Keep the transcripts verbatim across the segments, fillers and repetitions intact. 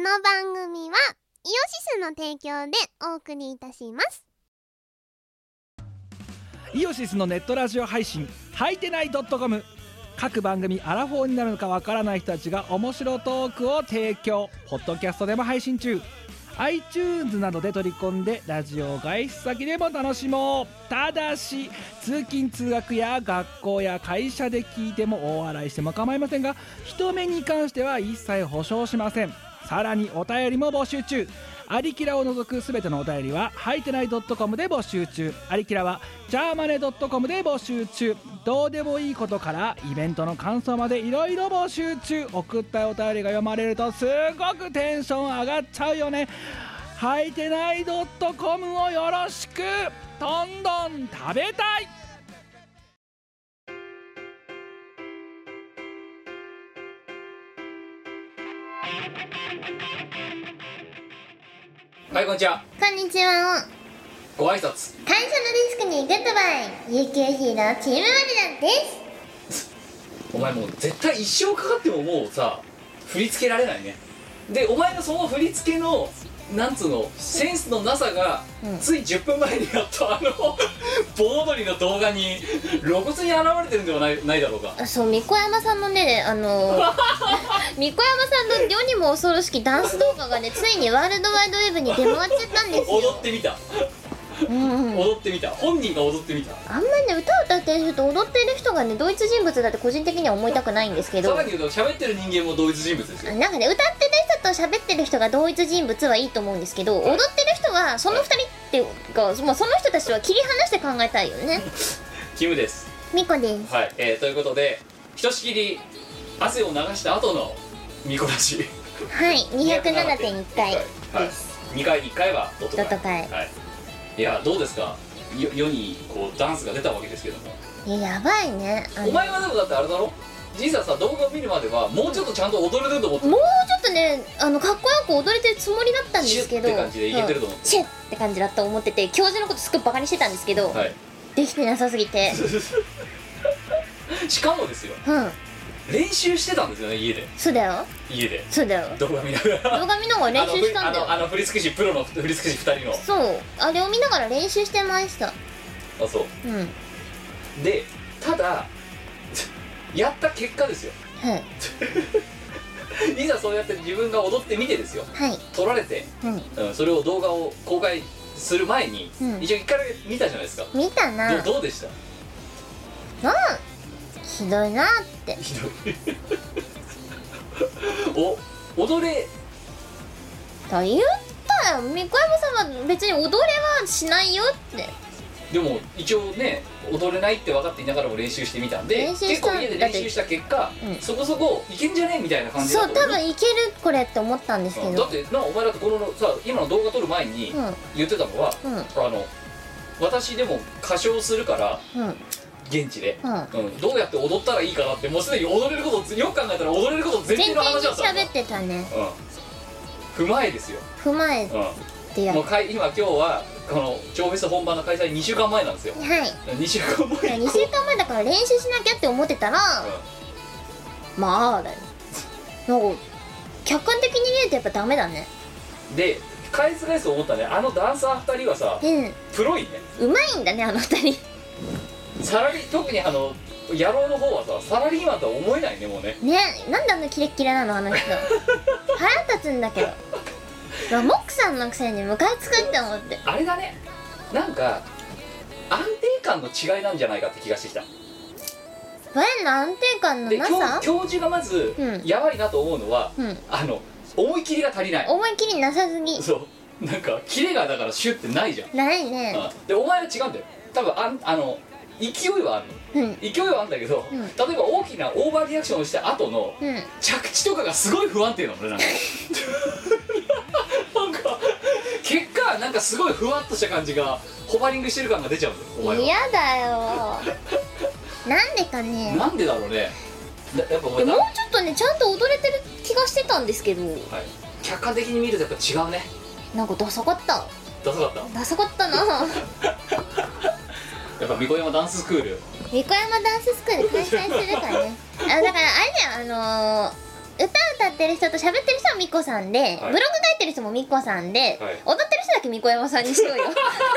の番組はイオシスの提供でお送りいたします。 イオシスのネットラジオ配信はいてない .com、 各番組アラフォーになるのかわからない人たちが面白トークを提供。ポッドキャストでも配信中。 iTunes などで取り込んでラジオ外出先でも楽しもう。ただし通勤通学や学校や会社で聞いても大笑いしても構いませんが、人目に関しては一切保証しません。さらにお便りも募集中。アリキラを除くすべてのお便りははいてない .com で募集中。アリキラはジャーマネ .com で募集中。どうでもいいことからイベントの感想までいろいろ募集中。送ったお便りが読まれるとすごくテンション上がっちゃうよね。はいてない .com をよろしく。どんどん食べたい。 はい、こんにちは。 こんにちは。 ご挨拶。 会社のデスクにグッドバイ、有給ヒーローチームマリナです。 お前もう絶対一生かかってももうさ振り付けられないね。でお前のその振り付けのなんつうのセンスのなさが、うん、ついじゅっぷんまえにやっとあの盆踊りの動画に露骨に現れてるんではない、ないだろうか。 あ、そう、みこやまさんのね、あのみこやまさんの世にも恐ろしきダンス動画がね、ついにワールドワイドウェブに出回っちゃったんですよ。 踊ってみた。うん、踊ってみた。本人が踊ってみた。 あんまりね、歌を歌ってる人と踊ってる人がね、同一人物だって個人的には思いたくないんですけど、 さらに言うと喋ってる人間も同一人物ですよ。 なんかね、歌ってる人と喋ってる人が同一人物はいいと思うんですけど、はい、踊ってる人はそのふたりっていうか、はい、もうその人たちは切り離して考えたいよね。 キムです。 ミコです。 はい、えー、ということでひとしきり汗を流した後のミコラジはい、にひゃくななてんいっかいです、はい、 にかいにいっかいはドット会、 ドット会、 はい、いやどうですか、よ世にこうダンスが出たわけですけども。 いや、やばいね。 お前はでもだってあれだろ、実際さ動画を見るまではもうちょっとちゃんと踊れてると思って、 もうちょっとね、あのかっこよく踊れてるつもりだったんですけど、 シュッって感じでいけてると思って、 シュッって感じだと思ってて、教授のことすっごいバカにしてたんですけど、はい、できてなさすぎてしかもですよ、うん、練習してたんですよね、家で。 そうだよ、 家でそうだよ、 動画見ながら動画見ながら練習したんだよ。 あのあの振付師、プロの振付師ふたりの、 そう、あれを見ながら練習してました。 あ、そう、うん、でただやった結果ですよ、はい、いざそうやって自分が踊ってみてですよ、はい、撮られて、うんうん、それを動画を公開する前に、うん、一応一回見たじゃないですか。 見たな。 ど, どうでした？ うん、ひどいなって。 ひどいお、踊れと言ったよ、みこやまさんは別に踊れはしないよって。 でも一応ね、踊れないって分かっていながらも練習してみたんで、結構家で練習した結果、うん、そこそこいけんじゃねえみたいな感じだった。 そう、多分いけるこれって思ったんですけど、うん、 だってな、お前だってこのさ、今の動画撮る前に言ってたのは、うん、あの私でも歌唱するから、うん、現地で、うんうん、どうやって踊ったらいいかなって、もうすでに踊れること、よく考えたら踊れること全然の話だった。 全然喋ってたね、 うん、踏まえですよ、 踏まえてやる、 もうかい今今日はこの超フェス本番の開催にしゅうかんまえなんですよ。はい、にしゅうかんまえ、 にしゅうかんまえだから練習しなきゃって思ってたら、うん、まあだよ、なんか客観的に見るとやっぱダメだね。 で返す返す思ったね、あのダンサーふたりはさ、うん、プロいね、 うまいんだね、あのふたりサラリー、特にあの野郎の方はさ、サラリーマンとは思えないね、もうね。 ね、なんであんなキレッキレなの、あの人腹立つんだけどモックさんのくせにムカつくって思って。 あれだね、なんか安定感の違いなんじゃないかって気がしてきた。 前の安定感のなさ、 教授がまず、うん、やばいなと思うのは、うん、あの思い切りが足りない。 思い切りなさすぎ。 そう、なんかキレがだからシュッてないじゃん。 ないね、 うん、でお前は違うんだよ、多分ああの勢いはあるの、うん、勢いはあるんだけど、うん、例えば大きなオーバーリアクションをした後の、うん、着地とかがすごい不安定なのね、なんかなんか結果なんかすごいふわっとした感じがホバリングしてる感が出ちゃうんだよ、お前は。 嫌だよなんでかね。 なんでだろうね。やっぱお前もうちょっとね、ちゃんと踊れてる気がしてたんですけど、はい、 客観的に見るとやっぱ違うね。 なんかダサかった。 ダサかったダサかったなやっぱみこやまダンススクール、 みこやまダンススクール開催するからねあ、だからあれだよ、あのー、 歌ってる人と喋ってる人はみこさんで、はい、ブログ書いてる人もみこさんで、はい、踊ってる人だけみこ山さんにしようよ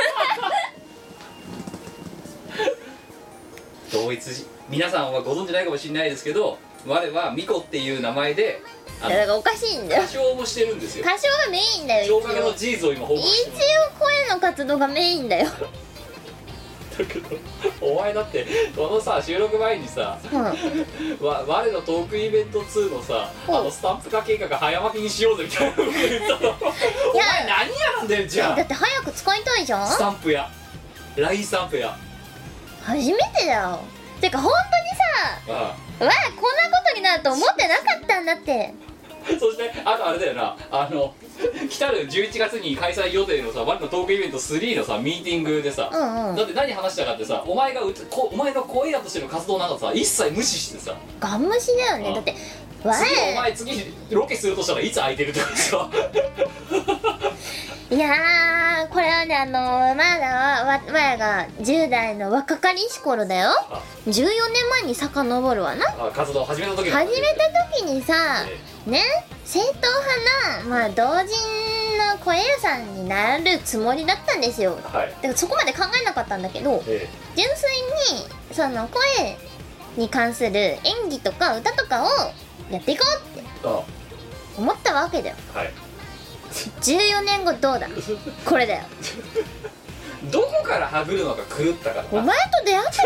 同一字、皆さんはご存知ないかもしれないですけど、我はみこっていう名前でだからおかしいんだよ。 歌唱もしてるんですよ。 歌唱がメインだよ。 上影のジーズを今報告してます。 一応声の活動がメインだよだけどお前だってこのさ収録前にさ、うん、わ我のトークイベントツーのさ、うん、あのスタンプ化計画早巻きにしようぜみたいなこと言ったのお前何やなんだよじゃあ。 だって早く使いたいじゃん。 スタンプや ライン スタンプや初めてだよ。てか本当にさ、ああわあこんなことになると思ってなかったんだって。 そしてあとあれだよな、あの来たるじゅういちがつに開催予定のさ我のトークイベントスリーのさミーティングでさ、うんうん、だって何話したかってさ、お前がうつこお前の声だとしての活動なんかさ一切無視してさ、 ガン無視だよね。だってわ次お前次ロケするとしたらいつ空いてるとかさいやーこれはね、あのー、まだわ我がじゅう代の若かりし頃だよ。じゅうよねんまえに遡るわな。 あ活動始めた時始めた時にさ、えね正統派な、まあ、同人の声屋さんになるつもりだったんですよ、はい、だからそこまで考えなかったんだけど、ええ、純粋にその声に関する演技とか歌とかをやっていこうって思ったわけだよ、はい、じゅうよねんごどうだこれだよどこからはぐるのか狂ったからお前と出会って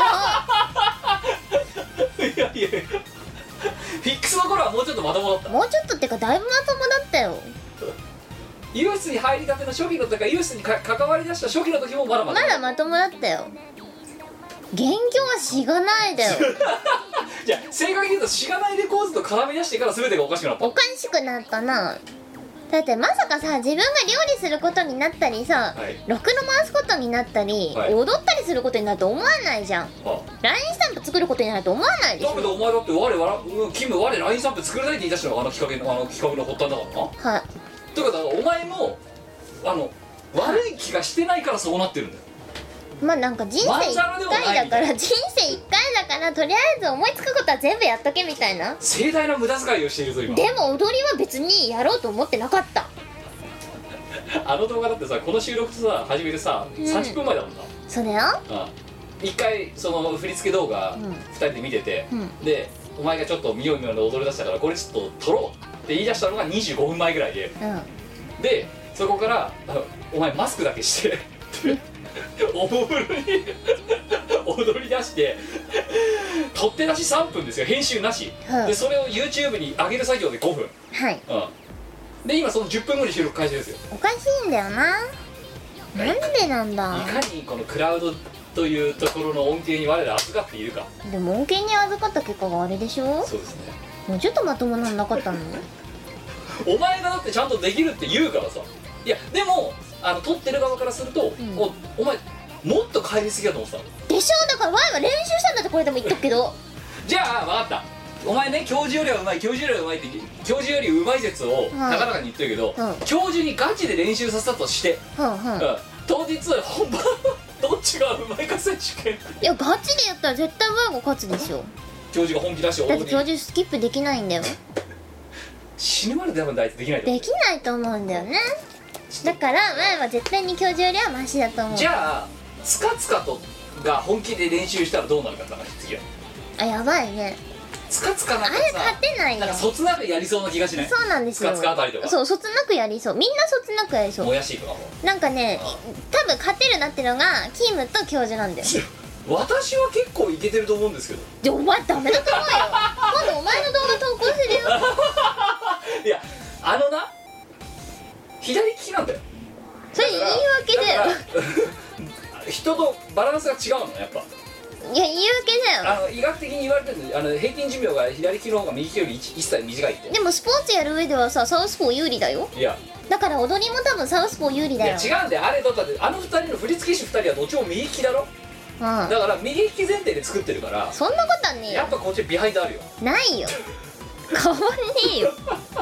からだよいやいやいやフィックスの頃はもうちょっとまともだった。 もうちょっとってかだいぶまともだったよ。 ユースに入りたての初期のとかユースにか関わりだした初期の時もまだまだまだまともだったよ。元凶はしがないだよじゃあ正確に言うとしがないレコーズと絡み出してから全てがおかしくなった。 おかしくなったな。だってまさかさ自分が料理することになったりさ、はい、ろくろ回すことになったり、はい、踊ったりすることになると思わないじゃん、はあ、ライン スタンプ作ることになると思わないでしょ。 だけどお前だって我々キム我 ライン スタンプ作れないって言い出したのがあの企画のあの企画の発端だからな。はいということはお前もあの悪い気がしてないからそうなってるんだよ。 まあなんか人生いっかいだから人生いっかいだからとりあえず思いつくことは全部やっとけみたいな盛大な無駄遣いをしているぞ今。 でも踊りは別にやろうと思ってなかったあの動画だってさこの収録さ始めてさ、うん、さんじゅっぷんまえだもんな。 そうだよ。 いっかいその振り付け動画ふたりで見てて、うん、でお前がちょっと見よう見ようで踊り出したからこれちょっと撮ろうって言い出したのがにじゅうごふんまえぐらいで、うん、でそこからお前マスクだけしておもむろに踊り出して取って出しさんぷんですよ編集なし、うん、でそれを YouTube に上げる作業でごふん。はい、うん、で今そのじゅっぷんごに収録開始ですよ。 おかしいんだよな。なんでなんだ。 いかにこのクラウドというところの恩恵に我ら預かっているか。 でも恩恵に預かった結果があれでしょ。 そうですね。 もうちょっとまともなんなかったのお前がだってちゃんとできるって言うからさ。いやでもあの撮ってる側からすると、うん、お, お前もっと帰りすぎだと思ってたでしょ。だから前は練習したんだってこれでも言っとくけどじゃあ分かった。お前ね教授よりはうまい教授よりはうまいって教授よりうまい説を高々に言ってるけど、うん、教授にガチで練習させたとして、うんうんうん、当日本番どっちがうまいか選手権。 いやガチでやったら絶対我が勝つでしょ。 教授が本気出してだって教授スキップできないんだよ死ぬまで多分あいつできないと思う。 できないと思うんだよね。だから前は絶対に教授よりはマシだと思う。 じゃあつかつかとが本気で練習したらどうなるかって話次は。 あやばいね。 つかつかなんかさあれ勝てないよ。 なんかそつなくやりそうな気がしない。 そうなんですよ。 つかつかあたりとかそうそつなくやりそう。みんなそつなくやりそう。 もやしとかもなんかね多分勝てるなってのがキムと教授なんだよ私は結構いけてると思うんですけど。 じゃお前ダメだと思うよ今度お前の動画投稿するよいやあのな左利きなんだよ。 それ言い訳だよ人とバランスが違うのやっぱ。 いや言い訳だよ。 あの医学的に言われてるんであの平均寿命が左利きの方が右利きより一切短いって。 でもスポーツやる上ではさサウスポー有利だよ。いやだから踊りも多分サウスポー有利だよ。 いや違うんだよあれだってあのふたりの振付師ふたりはどっちも右利きだろ、うん、だから右利き前提で作ってるからそんなことはねえよ。 やっぱこっちビハインドあるよ。 ないよ変わんねえよ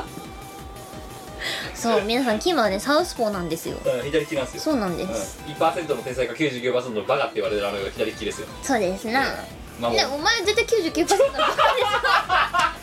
そう皆さんキムはねサウスポーなんですよ、 うん、左利きなんですよ。 そうなんです、 うん、いちパーセント の天才か きゅうじゅうきゅうパーセント のバカって言われるあのが左利きですよ。 そうですな、 まあ、 ねお前絶対 きゅうじゅうきゅうパーセント のバカでしょ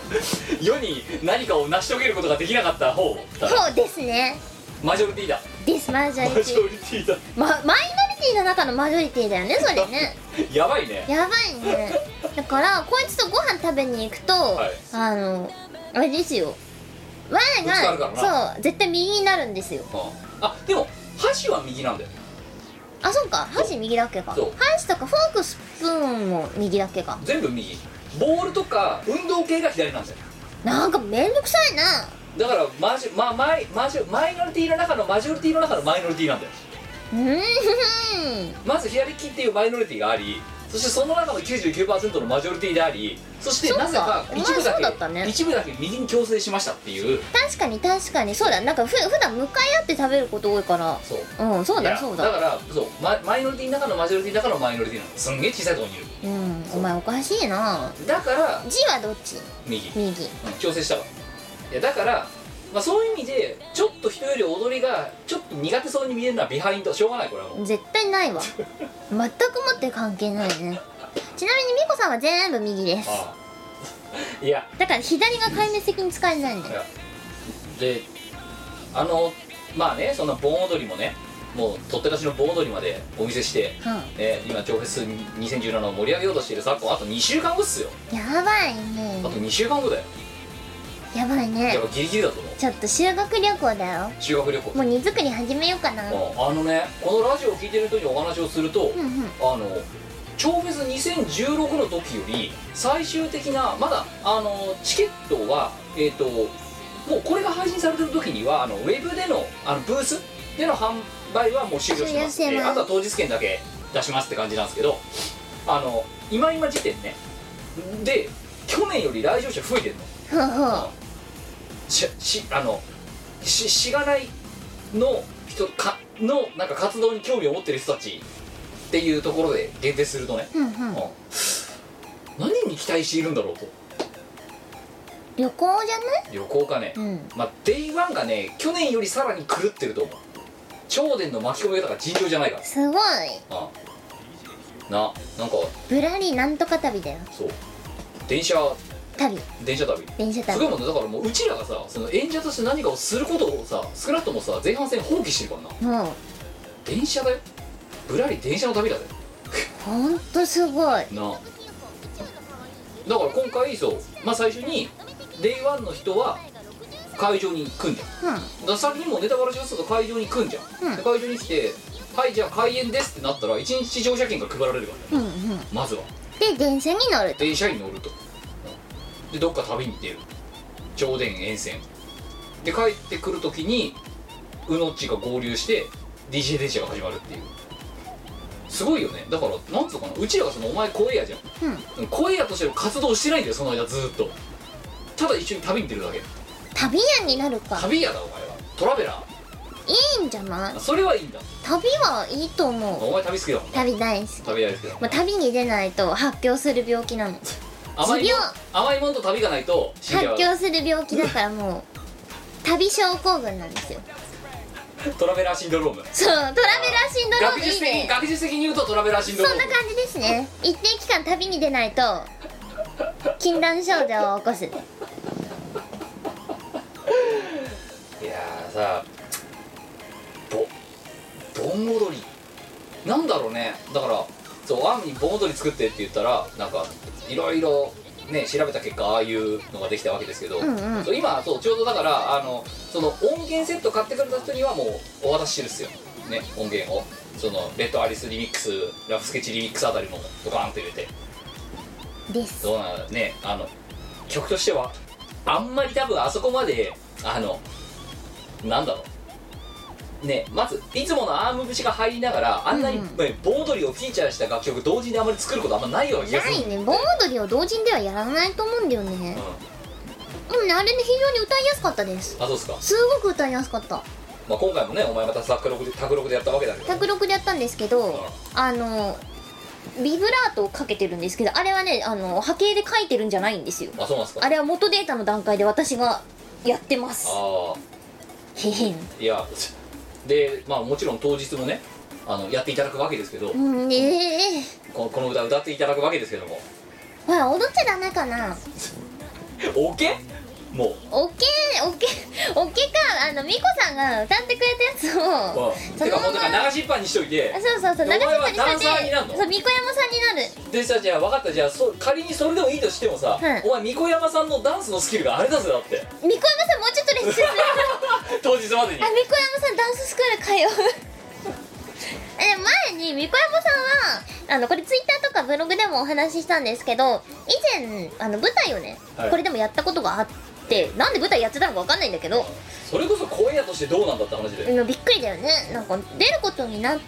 世に何かを成し遂げることができなかった方だ。 そうですね。 マジョリティだ。 ですマジョリティ。 マジョリティだ。 ま、マイノリティの中のマジョリティだよね、それね。 やばいね。 やばいね。だからこいつとご飯食べに行くと、はい、あのあれですよ、我がそう絶対右になるんですよ。 あ、でも箸は右なんだよ。 あ、そうか、箸右だっけか。箸とかフォークスプーンも右だっけか。 全部右。ボールとか運動系が左なんだよ。 なんかめんどくさいな。 だからマジ、ま、マイマジマイノリティの中のマジョリティの中のマイノリティなんだよ。 うーん。 まず左利きっていうマイノリティがあり、そしてその中の きゅうじゅうきゅうパーセント のマジョリティであり、そしてなぜか一部だけ、だ、ね、一部だけ右に強制しましたっていう。 確かに確かにそうだ。なんかふ普段向かい合って食べること多いから。そう、うん、そうだそうだ。 だからそう、マ, マイノリティの中のマジョリティの中のマイノリティなの。すんげえ小さいところにいる。 うん、お前おかしいな。 だから字はどっち？ 右右、うん、 強制したわ。いやだから、まあ、そういう意味でちょっと人より踊りがちょっと苦手そうに見えるのはビハインド。しょうがない、これはもう絶対ないわ。全くもって関係ないね。ちなみに美子さんは全部右です。ああ、いやだから左が壊滅的に使えないんだよ。 で、あのまあね、そんな盆踊りもね、もう取って出しの盆踊りまでお見せして、うん、えー、今超フェスにせんじゅうななを盛り上げようとしている昨今あとにしゅうかんごっすよ。 やばいね。 あとにしゅうかんごだよ。 やばいね。 やっぱギリギリだと思う。 ちょっと修学旅行だよ。 修学旅行もう荷造り始めようかな。 ああのね、このラジオを聞いてる人にお話をすると、うんうん、あの超フェスにせんじゅうろくの時より最終的なまだあのチケットはえっ、ー、ともうこれが配信されてる時にはあのウェブでのあのブースでの販売はもう終了してます。えー、あとは当日券だけ出しますって感じなんですけど、あの今今時点ねで去年より来場者増えてるの。ははししあのししがないの人かのなんか活動に興味を持ってる人たちっていうところで限定するとね、うんうん、何に期待しているんだろうと。 旅行じゃない？ 旅行かね、うん、まあデイワンがね去年よりさらに狂ってると思う。超電の巻き込み方が尋常じゃないから。 すごい。 ああな、なんかぶらりなんとか旅だよ。 そう電車旅電車旅電車旅すごいもんね。だからもううちらがさその演者として何かをすることをさ少なくともさ前半戦放棄してるからな。うん、電車だよ。ぶらり電車の旅だぜ。 ほんとすごいな。だから今回そう、まあ、最初にデイワンの人は会場に来んじゃん、うん、だから先にもネタバラシをすると会場に来んじゃん、うん、で会場に来てはいじゃあ開演ですってなったらいちにち乗車券が配られるからね、うんうん、まずはで電車に乗ると電車に乗ると、うん、でどっか旅に出る超電沿線で帰ってくるときにうのっちが合流して ディージェー 電車が始まるっていうすごいよね。だからなんつうかな、うちらがそのお前声屋じゃん、うん、声屋としての活動してないんだよその間ずーっと。ただ一緒に旅に出るだけ。 旅屋になるか。 旅屋だお前は。トラベラーいいんじゃない。 それはいいんだ。 旅はいいと思う。 お前旅好きだもん。 旅大好き。 旅大好きだもん、 まあ、旅に出ないと発狂する病気なの。 甘いもん甘いもんと旅がないと死んじゃう。発狂する病気だからもう旅症候群なんですよ。 トラベラーシンドローム。 そう、トラベラーシンドローム。 学術的に学術的に言うとトラベラーシンドローム。 そんな感じですね。一定期間旅に出ないと禁断症状を起こす。いやーさ、ぼ盆踊りなんだろうね。だからそうアンに盆踊り作ってって言ったらなんかいろいろね調べた結果ああいうのができたわけですけど、うんうん、そう今そうちょうどだからあのその音源セット買ってくれた人にはもうお渡ししてるっすよね、音源を。そのレッドアリスリミックス、ラフスケッチリミックスあたりもドカーンと入れてですどうなのね。あの曲としてはあんまり多分あそこまであのなんだろうね、まずいつものアーム節が入りながらあんなに、うん、盆踊りをフィーチャーした楽曲同時にあまり作ることあんまないような気がする。 ないね、盆踊りを同時にではやらないと思うんだよね、うん、でもねあれね非常に歌いやすかったです。 あ、そうですか。 すごく歌いやすかった。 まあ、今回もねお前また卓録で卓録でやったわけだけど卓録でやったんですけど、うん、あのビブラートをかけてるんですけどあれはねあの波形で書いてるんじゃないんですよ。 あ、そうなんですか。 あれは元データの段階で私がやってます。ああへへん。 いやでまあもちろん当日もねあのやっていただくわけですけど、 うんえー、 こ, この歌歌っていただくわけですけども、 ほら踊っちゃダメかな。 オケもうオケオケオケか、あのミコさんが歌ってくれたやつを、 うん、てかもうだから流しっぱにしといて、 そうそうそう、流しっぱにしといて、 ダンサーになるの？ そう、ミコヤマさんになる。 でさ、じゃあ分かった、じゃあそ仮にそれでもいいとしてもさ、うん、お前ミコヤマさんのダンスのスキルがあれだぜだって。 ミコヤマさんもうちょっと練習する当日までに。 あ、ミコヤマさんダンススクール通うえ、前にミコヤマさんはあのこれツイッターとかブログでもお話ししたんですけど、以前あの舞台をね、はい、これでもやったことがあって、なんで舞台やってたのか分かんないんだけど、 それこそ声屋としてどうなんだって話で、 うん、びっくりだよね。なんか出ることになって、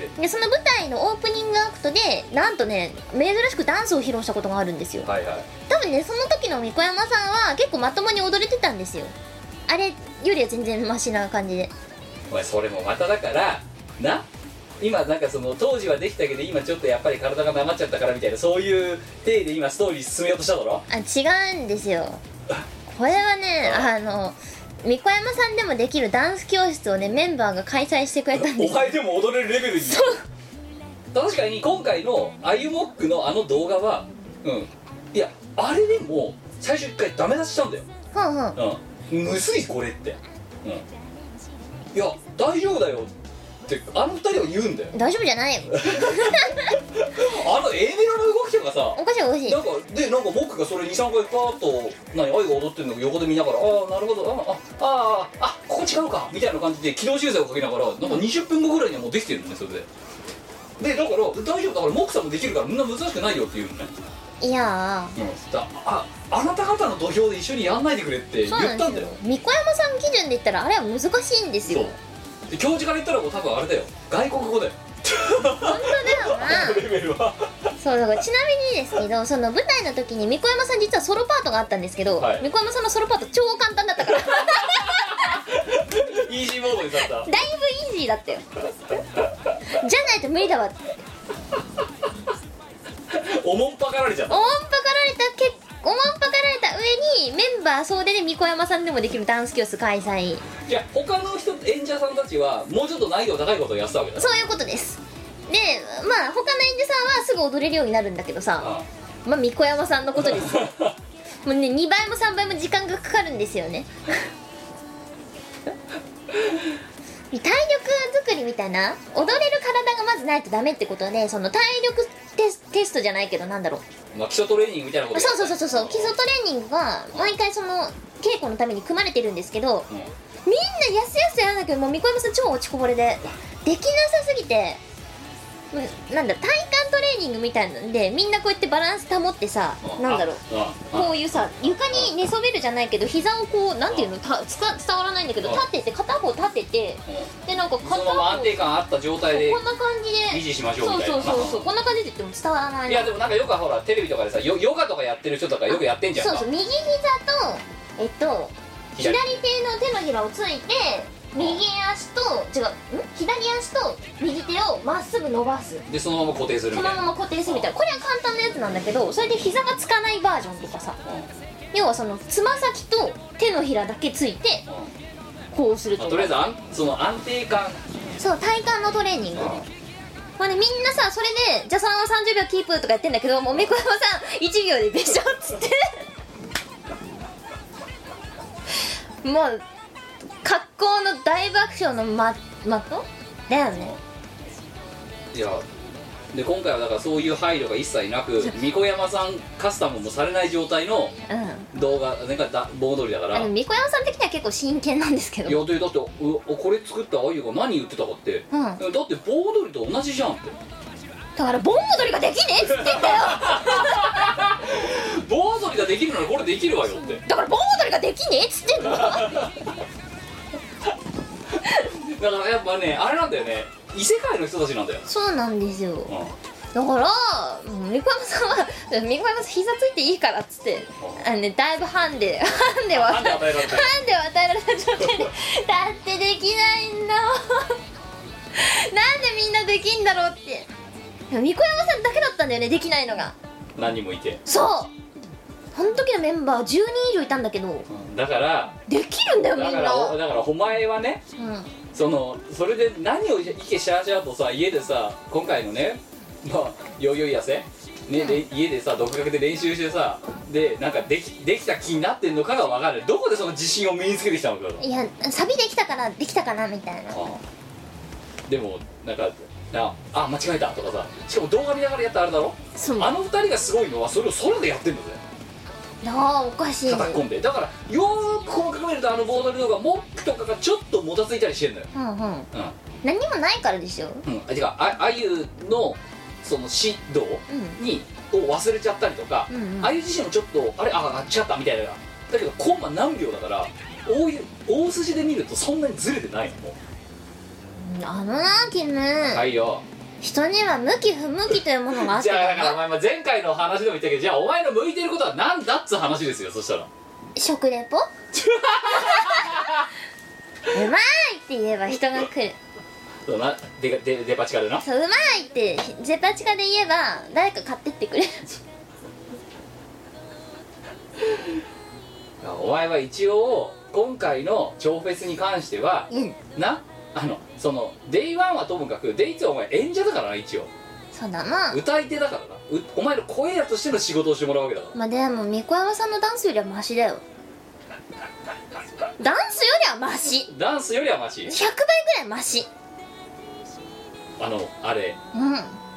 でその舞台のオープニングアクトでなんとね、珍しくダンスを披露したことがあるんですよ。はいはい、多分ね、その時のミコヤマさんは結構まともに踊れてたんですよ。あれよりは全然マシな感じで。 お前それもまただからな、今なんかその当時はできたけど今ちょっとやっぱり体がなまっちゃったからみたいな、そういう体で今ストーリー進めようとしただろ。 あ、違うんですよ。これはね、あのミコヤマさんでもできるダンス教室をね、メンバーが開催してくれたんです。 お前でも踊れるレベルに。そう確かに今回のアユモックのあの動画は、うん、いやあれでも最初一回ダメ出ししたんだよ。 はんはん、 うん、むずいこれって、うん、いや大丈夫だよってあの二人は言うんだよ。 大丈夫じゃないよあの A メロの動きとかさ、 おかしいおかしい。 なんかでなんかモックがそれ にさんかいパーッと何アイが踊ってるのを横で見ながら、ああなるほど、ああああここ違うかみたいな感じで軌道修正をかけながら、なんかにじゅっぷんごぐらいにはもうできてるのね、それで。でだから大丈夫だからモックさんもできるからみんな難しくないよって言うのね。 いやー、うん、だああなた方の土俵で一緒にやんないでくれって言ったんだよ。 ミコヤマさん基準で言ったらあれは難しいんですよ。 そうで教授から言ったらもう多分あれだよ、外国語だよ。 本当だよなレベルはそうだから、ちなみにですけど、その舞台の時にミコヤマさん実はソロパートがあったんですけど、はい、ミコヤマさんのソロパート超簡単だったからイージーモードにさった。だいぶイージーだったよじゃないと無理だわっておもんぱかられちゃった。 おもんぱかられたけおもんぱかられた上にメンバー総出でミコヤマさんでもできるダンス教室開催。 いや他の人演者さんたちはもうちょっと難易度高いことをやってたわけだ。 そういうことです。でまあ他の演者さんはすぐ踊れるようになるんだけどさ、ああまあミコヤマさんのことですよもうねにばいもさんばいも時間がかかるんですよね体力作りみたいな、踊れる体がまずないとダメってことで、その体力テス、テストじゃないけどなんだろう、 まあ、基礎トレーニングみたいなこと、 そうそうそうそう、基礎トレーニングが毎回その稽古のために組まれてるんですけど、うん、みんなやすやすやるんだけど、もうミコヤマさん超落ちこぼれでできなさすぎて、なんだ体幹トレーニングみたいなんでみんなこうやってバランス保ってさ、なんだろう、こういうさ床に寝そべるじゃないけど膝をこうなんていうのたつか伝わらないんだけど立てて片方立てて、でなんか片方そのまま安定感あった状態でこんな感じで維持しましょうみたいな。 そうそうそうそう、こんな感じで言っても伝わらない。 いやでもなんかよくほらテレビとかでさヨヨガとかやってる人とかよくやってんじゃん。 そうそう、右膝とえっと左手の手のひらをついて右足と違うん左足と右手をまっすぐ伸ばすでそのまま固定するみたいな、 そのまま固定するみたいな。これは簡単なやつなんだけど、それで膝がつかないバージョンとかさ、うん、要はそのつま先と手のひらだけついて、うん、こうするとか、 とりあえずあんその安定感、 そう体幹のトレーニング、うん、まあね、みんなさそれでじゃあそのままさんじゅうびょうキープとかやってんだけど、もうミコヤマさんいちびょうでべしょっつってもう格好の大爆笑のママットだよね。 いやで今回はだからそういう配慮が一切なくミコヤマさんカスタムもされない状態の動画、うん、なんかだ盆踊りだから、あのミコヤマさん的には結構真剣なんですけど、 いやでだっておこれ作ったあゆが何言ってたかって、うん、だって盆踊りと同じじゃんって。 だから盆踊りができねえっつって言ったよ盆踊りができるならこれできるわよって。 だから盆踊りができねえっつってんのだからやっぱねあれなんだよね、異世界の人たちなんだよ。 そうなんですよ、うん、だからミコヤマさんはミコヤマさん膝ついていいからっつって、うん、あのねだいぶハンデハンデを与えられたハンデを与えられた状態でだってできないんだもんなんでみんなできんだろうって。ミコヤマさんだけだったんだよね、できないのが。 何人もいて、 そうあの時のメンバーじゅうにん以上いたんだけど、うん、 だからできるんだよみんな。 だからだからお前はね、うん、そのそれで何をイケシャーシャーとさ家でさ今回のねまあよいよいやせね、で家でさ独学で練習してさでなんかできできた気になってんのかが分かる。どこでその自信を身につけてきたのか。 いやサビできたからできたかなみたいな。ああでもなんかああ間違えたとかさ、しかも動画見ながらやったらあれだろ。あの二人がすごいのはそれをソロでやってんのぜ。 ああおかしい。 叩き込んでだからよーく細かく見るとあのボードの動画モックとかがちょっともたついたりしてんのよ。 うんうん、うん、何もないからでしょ。 うんあ違うああゆのその指導に、うん、を忘れちゃったりとか、うんうん、あゆ自身もちょっとあれああ違ったみたいな。だけどコンマ何秒だから大大筋で見るとそんなにずれてないのもう。あのなきぬはいよ、 人には向き不向きというものがあってじゃあだからお前前回の話でも言ったけど、じゃあお前の向いてることは何だっつう話ですよ。そしたら食レポうまいって言えば人が来る。 そうなデデデパ地下でな。 そううまいってデパ地下で言えば誰か買ってってくれるお前は一応今回の超フェスに関しては、うん、なあのそのデイワンはともかくデイツーはお前演者だからな。一応そうだな、 歌い手だからな。お前の声屋としての仕事をしてもらうわけだから。 まあでもみこやまさんのダンスよりはマシだよダンスよりはマシダンスよりはマシひゃくばいぐらいマシ。 あのあれうん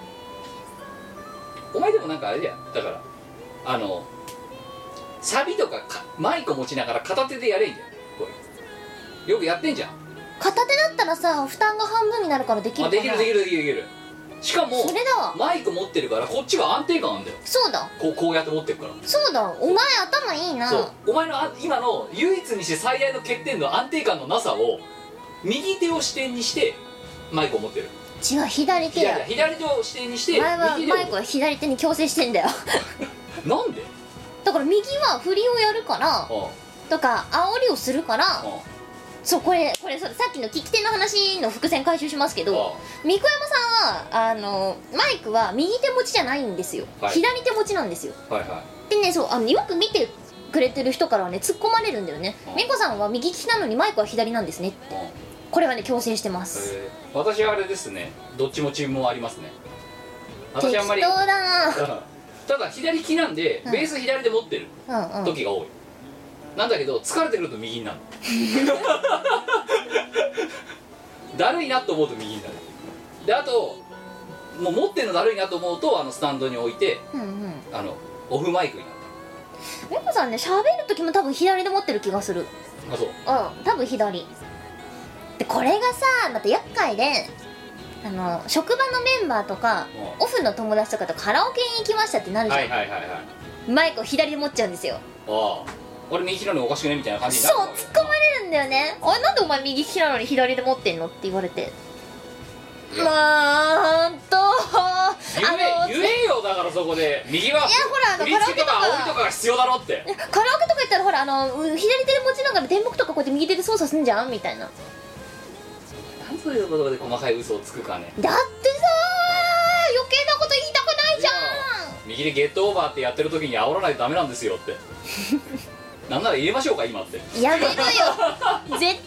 お前でもなんかあれだよ。だからあのサビとかかマイク持ちながら片手でやれんじゃん。これよくやってんじゃん。 片手だったらさ負担が半分になるからできるかな。 あできるできるできるできる。しかもそれだわ、 マイク持ってるからこっちは安定感あるんだよ。 そうだこうこうやって持ってるから。 そうだお前頭いいな。 そうお前のあ今の唯一にして最大の欠点の安定感のなさを右手を支点にしてマイクを持ってる。 違う左手や。 左手を支点にして前はマイクは左手に強制してんだよなんでだから右は振りをやるからとか煽りをするからそうこれこれそうさっきの聞き手の話の伏線回収しますけど、みこやまさんはあのマイクは右手持ちじゃないんですよ、はい、左手持ちなんですよ。はいはい、でねそうあのよく見てくれてる人からはね突っ込まれるんだよね。みこさんは右利きなのにマイクは左なんですねって。これはね強制してます。 私はあれですねどっちもチームもありますね。 私あんまり適当だなただ左利きなんで、うん、ベース左で持ってる時が多い、うんうん、なんだけど疲れてくると右になるだるいなと思うと右になる。であともう持ってるのだるいなと思うとあのスタンドに置いて、うんうん、あのオフマイクになる。 めこさんね喋る時も多分左で持ってる気がする。 あそううん多分左でこれがさまた厄介であの職場のメンバーとかオフの友達とかとカラオケに行きましたってなるじゃん。はいはいはいはい、マイクを左で持っちゃうんですよ。ああ俺右利きなのにおかしくねみたいな感じになる。 そう突っ込まれるんだよね。あれなんでお前右利きなのに左で持ってんのって言われてまあほんと言え言えよ。だからそこで右はいやほらあの振り付けとか煽りとかが必要だろって。 カラオケとか行ったらほらあの左手で持ちながら電木とかこうやって右手で操作すんじゃんみたいな。 なんそういうことで細かい嘘をつくかね。 だってさ余計なこと言いたくないじゃん。 右でゲットオーバーってやってる時に煽らないとダメなんですよってなんなら入れましょうか今って。 やめろよ絶対嫌だ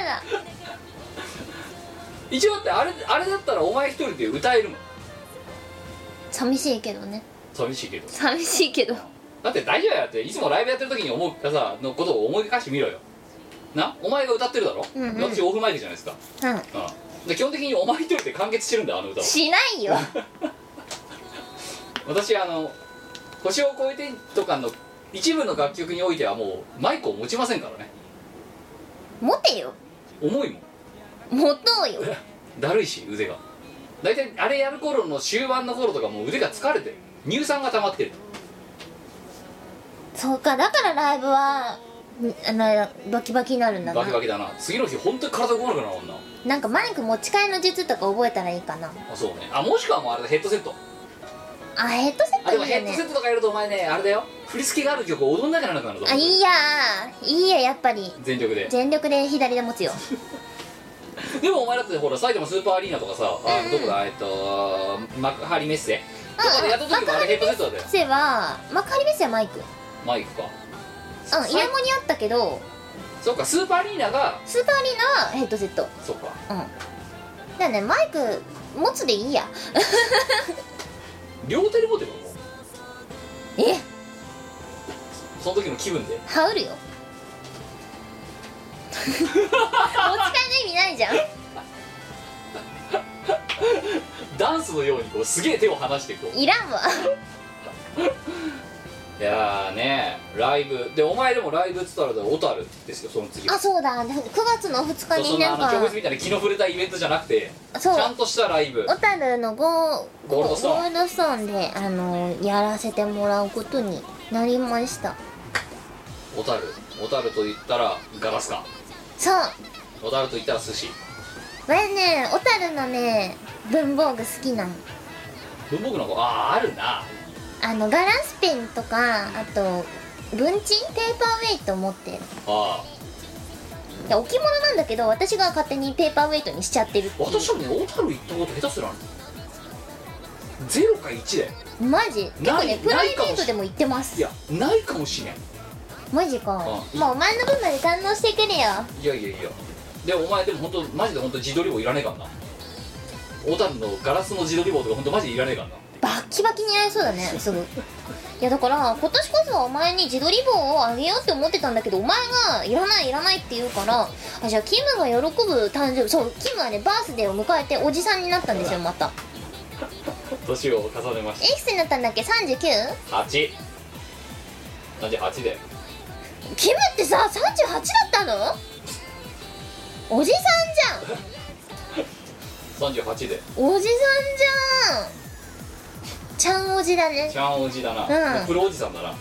一応だってあれあれだったらお前一人で歌えるもん。 寂しいけどね。 寂しいけど寂しいけどだって大丈夫やって。いつもライブやってる時に思うさのことを思い返してみろよな。お前が歌ってるだろ、うんうん、私オフマイクじゃないですか。うん、うん、で基本的にお前一人で完結してるんだよあの歌は。 しないよ私あの星を越えてとかの一部の楽曲においてはもうマイクを持ちませんからね。 持てよ。 重いもん持とうよだるいし腕が。だいたいあれやる頃の終盤の頃とかもう腕が疲れてる。乳酸が溜まってる。 そうかだからライブはあのバキバキになるんだな。 バキバキだな。次の日本当に体動かなくなるもんな。 なんかマイク持ち替えの術とか覚えたらいいかな。 あそうね。あもしくはもうあれだヘッドセット。 あヘッドセットいいよね。 あでもヘッドセットとかやるとお前ねあれだよ振り付けがある曲を踊んなきゃならなくなるぞ。 あいいやいいややっぱり全力で全力で左で持つよでもお前だってほら埼玉スーパーアリーナとかさ、うん、あのどこだえっと幕張メッセとかでやった時もあれヘッドセットだったよ。 メッセは幕張メッセはマイクマイクかうんイヤモニあったけどそうかスーパーアリーナがスーパーアリーナはヘッドセット。 そうかうんだからねマイク持つでいいや両手で持ってるのえその時の気分で羽織るよお使いの意味ないじゃんダンスのようにこうすげえ手を離してこういらんわいやーねライブでお前でもライブっつったら小樽ですよその次は。 あそうだくがつのふつかになんか特別みたいな気の触れたイベントじゃなくてそうちゃんとしたライブ小樽のゴーゴールドストーンゴールドストーンであのやらせてもらうことになりました。 小樽小樽と言ったらガラスかそう小樽と言ったら寿司これね小樽のね文房具好きなの。 文房具の子あああるなあのガラスペンとかあと文鎮ペーパーウェイト持ってる。 あいや置物なんだけど私が勝手にペーパーウェイトにしちゃってるっていう。 私はね小樽行ったこと下手すらあるゼロかいちだよ。 マジ結構ねプライベートでも行ってます。 いやないかもしれん。 マジか。 うんもうお前の分まで堪能してくれよ。 いやいやいやでお前でも本当マジで本当自撮り棒いらねえからな。小樽のガラスの自撮り棒とか本当マジでいらねえからな。 バッキバキに合いそうだねすぐ。いやだから今年こそはお前に自撮り棒をあげようって思ってたんだけどお前がいらないいらないって言うからあじゃあキムが喜ぶ誕生日そうキムはねバースデーを迎えておじさんになったんですよまた。 年を重ねましいくつになったんだっけ さんじゅうきゅう？ たはちなんではちだよ。 キムってささんじゅうはちだったの？おじさんじゃんさんじゅうはちでおじさんじゃんちゃんおじだね。 ちゃんおじだな、 うんプロおじさんだな。 ア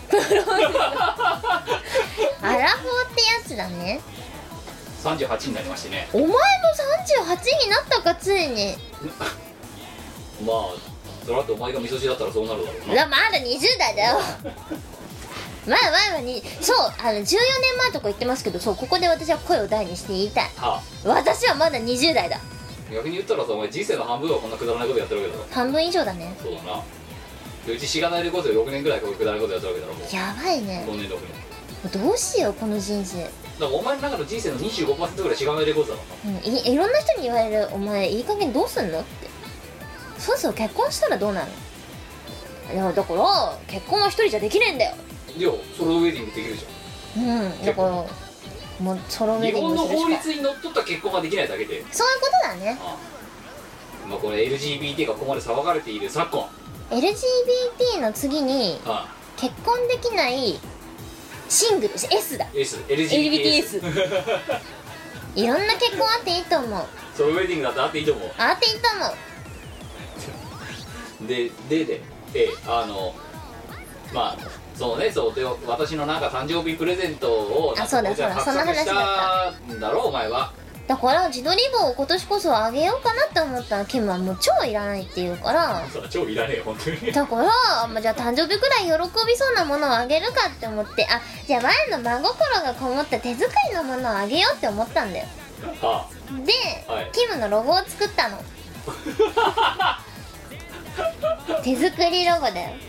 ラフォーってやつだね。 さんじゅうはちになりましてね。 お前もさんじゅうはちになったかついに。 まあそれだってお前が味噌汁だったらそうなるだろうな。 うわまだにじゅう代だよ前前はにそうあのじゅうよねんまえとか言ってますけどそうここで私は声を大にして言いたい。 は私はまだにじゅう代だ。 あ、逆に言ったらさお前人生の半分はこんなくだらないことやってるわけだろ。 半分以上だね。 そうだな。でうちしがないレコードでろくねんぐらいこういうくだらないことやってるわけだろもう。 やばいね。 ごねんろくねんどうしようこの人生。 だからお前の中の人生の にじゅうごパーセント ぐらいしがないレコードだろうん、い, いろんな人に言われるお前いい加減どうすんのって。そろそろ結婚したらどうなるの。いやだから結婚は一人じゃできねえんだよ。 いやソロウェディングできるじうんだからもうソロウゃん。日ェディン本の法グするしか。 律にのっとった結婚ができないだけでそういうことだね。 ああまあこれ エルジービーティー がここまで騒がれている昨今エルジービーティー の次にああ結婚できないシングル S だ S エルジービーティーエルジービーティー S いろんな結婚あっていいと思う。 ソロウェディングだってあっていいと思う。 あっていいと思う。 でででえあのまあそうねそうで私のなんか誕生日プレゼントをなんかあそうだそうだこいつが画策したんだろうお前は。 だから自撮り棒を今年こそあげようかなって思ったらキムはもう超いらないって言うからそら超いらねえよ本当に。 だから、まあ、じゃあ誕生日くらい喜びそうなものをあげるかって思ってあじゃあ前の真心がこもった手作りのものをあげようって思ったんだよ。 はで、 はい、 キムのロゴを作ったの手作りロゴだよ。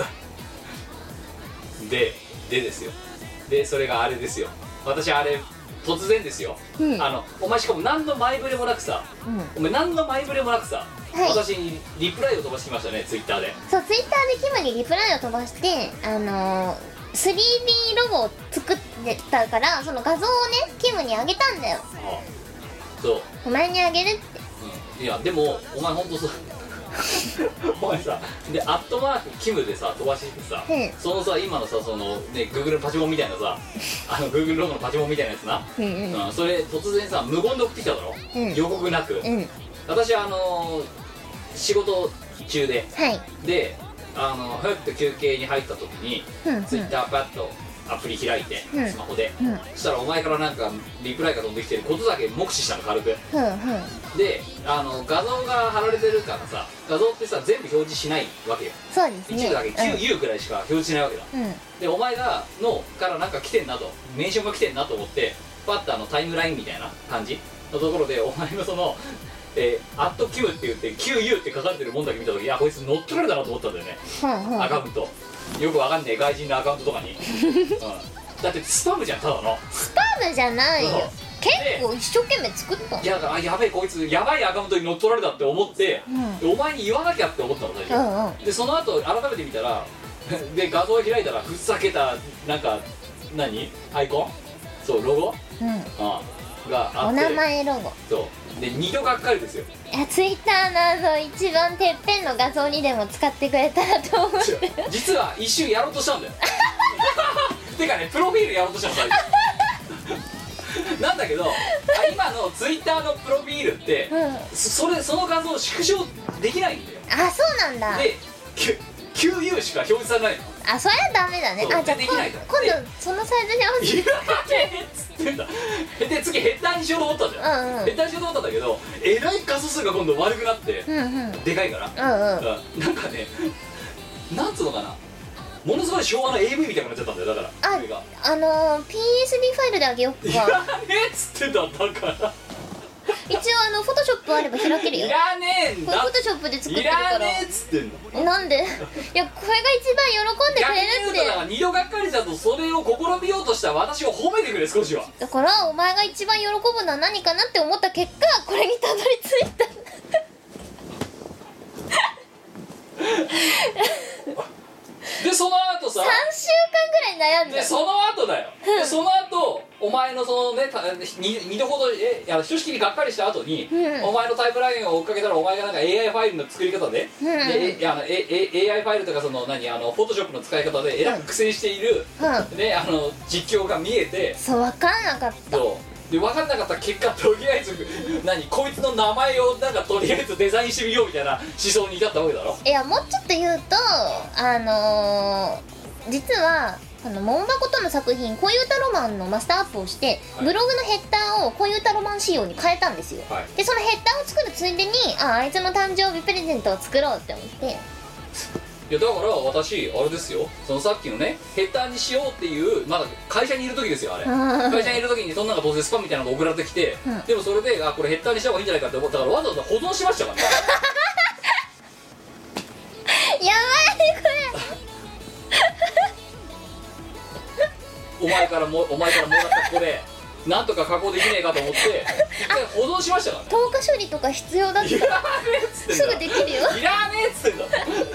ででですよでそれがあれですよ私あれ突然ですよ、うん、あのお前しかも何の前触れもなくさ、うん、お前何の前触れもなくさ、はい、私にリプライを飛ばしてきましたねツイッターで。 そうツイッターでキムにリプライを飛ばしてあのー、スリーディー ロゴを作ってたからその画像をねキムにあげたんだよ。ああそうお前にあげるって、 うん、いやでもお前ほんとそうお前さでアットマークキムでさ飛ばしてさ、うん、そのさ今のさそのね Google のパチモンみたいなさあの Google ロゴのパチモンみたいなやつな、うんうんうん、それ突然さ無言で送ってきただろ、うん、予告なく、うん、私あのー、仕事中で、はい、であのふっと休憩に入った時に、うんうん、Twitter パッとアプリ開いて、うん、スマホで、うん、そしたらお前からなんかリプライが飛んできてることだけ目視したの軽く、うんうん、であの画像が貼られてるからさ画像ってさ全部表示しないわけよ。 そうですね一部だけ キューユー くらいしか表示しないわけだ、うん、でお前がのからなんか来てんなとメンションが来てんなと思ってパッとあのタイムラインみたいな感じのところでお前のそのえー、アットキムって言って キューユー って書かれてるもんだけ見た時いやこいつ乗っ取られたなと思ったんだよね、うんうん、アカウントよくわかんねえ外人のアカウントとかに、うん、だってスパムじゃんただのスパムじゃないよ結構一生懸命作ったいやあやべえこいつやばいアカウントに乗っ取られたって思って、うん、お前に言わなきゃって思ったの最初、うんうん、でその後改めて見たらで画像を開いたらふざけたなんか何アイコンそうロゴ、うん、あがあって、 お名前ロゴ、 そうで二度がっかりですよ。 いやツイッターのあの一番てっぺんの画像にでも使ってくれたらと思って実は一瞬やろうとしたんだよてかねプロフィールやろうとしたの最初なんだけど今のツイッターのプロフィールって、うん、それその画像を縮小できないんだよ。 あ、そうなんだ。 で キューユー しか表示されないの。 あ、そりゃダメだね。あ、じゃあ今度そのサイズに合わせていやねっつってんだで次ヘッダーにしようと思ったじゃん、うんうん、ヘッダーにしようと思ったんだけどえらい画素数が今度悪くなって、うんうん、でかいから、うんうん、なんかねなんつうのかな、ものすごい昭和の エーブイ みたいになっちゃったんだよ。だからあ、あのー、ピーエスディー ファイルであげよっか。 いらねえっつってんだ。だから一応あのフォトショップあれば開けるよ。 いらねえんだ。 フォトショップで作ってるから。 いらねえっつってんの。 なんでいや、これが一番喜んでくれるって。 だから二度がっかりだとそれを試みようとした私を褒めてくれ少しは。 だからお前が一番喜ぶのは何かなって思った結果これにたどり着いたでその後ささんしゅうかんぐらい悩んだ。 でその後だよ、うん、でその後お前のそのねにどほどえいやひとしきりがっかりした後に、うん、お前のタイプラインを追っかけたらお前がなんか エーアイ ファイルの作り方で、うん、でいやあの エーアイ ファイルとかその何あのフォトショップの使い方でえらく苦戦している、うん、ねあの実況が見えて、 そう分かんなかった。 そうで分かんなかった結果とりあえず何こいつの名前をなんかとりあえずデザインしてみようみたいな思想に至ったわけだろ。 いやもうちょっと言うとあのー、実はあのモンバコとの作品恋歌ロマンのマスターアップをして、はい、ブログのヘッダーを恋歌ロマン仕様に変えたんですよ、はい、でそのヘッダーを作るついでにああいつの誕生日プレゼントを作ろうって思っていやだから私あれですよ、そのさっきのねヘッダーにしようっていうまだ会社にいる時ですよあれ会社にいる時にそんなのがどうせスパムみたいなのが送られてきて、うん、でもそれであこれヘッダーにした方がいいんじゃないかって思ったからわざわざ保存しましたからねやばいこれお前からもお前からもらったこれなんとか加工できねえかと思って一回保存しましたからね。 投下処理とか必要だったらいらねえっつってんだすぐできるよいらねえっつってんだ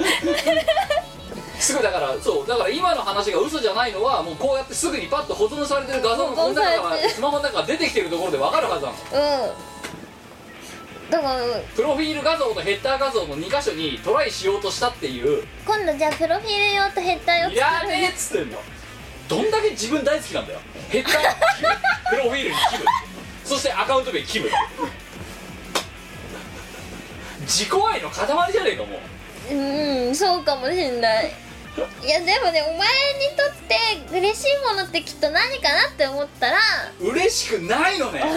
すぐだからそうだから今の話が嘘じゃないのはもうこうやってすぐにパッと保存されてる画像のこの中からスマホの中から出てきてるところで分かるはずなの。 うんだからプロフィール画像とヘッダー画像のに箇所にトライしようとしたっていう今度じゃあプロフィール用とヘッダー用作るいらねえっつってんの。どんだけ自分大好きなんだよ。ヘッダープロフィールにキムそしてアカウント名キム自己愛の塊じゃねえかもう。うんそうかもしんないいやでもねお前にとって嬉しいものってきっと何かなって思ったら嬉しくないのね。 あれ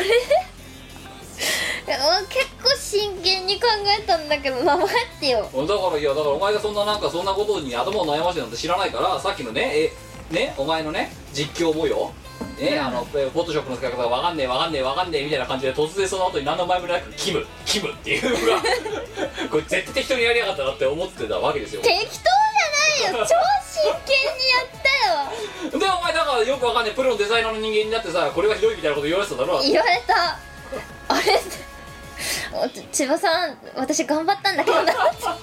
結構真剣に考えたんだけど名前ってよ。 だからいやだからお前がそんななんかそんなことに頭を悩ましてなんて知らないからさっきのねえねお前のね実況模様ね、うん、あのフォトショップの使い方がわかんねえわかんねえわかんねえみたいな感じで突然その後に何の前もなくキムキムっていうのがこれ絶対適当にやりやがったなって思ってたわけですよ。 適当じゃないよ超真剣にやったよでお前だからよくわかんねえプロのデザイナーの人間になってさこれはひどいみたいなこと言われてただろ。 言われたあれ千葉さん私頑張ったんだけどな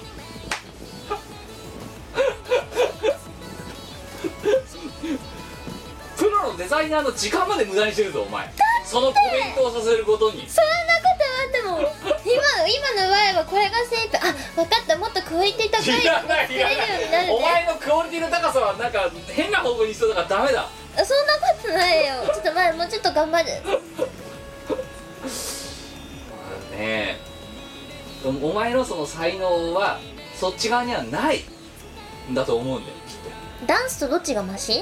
プロのデザイナーの時間まで無駄にしてるぞお前そのコメントをさせることに。 そんなことあっても今の今の場合はこれが正解あ分かったもっとクオリティ高いいらないいらないお前のクオリティの高さはなんか変な方向にしそうだからダメだ。 そんなことないよちょっとまあもうちょっと頑張るねえお前のその才能はそっち側にはないんだと思うんだよきっと。ダンスとどっちがマシ？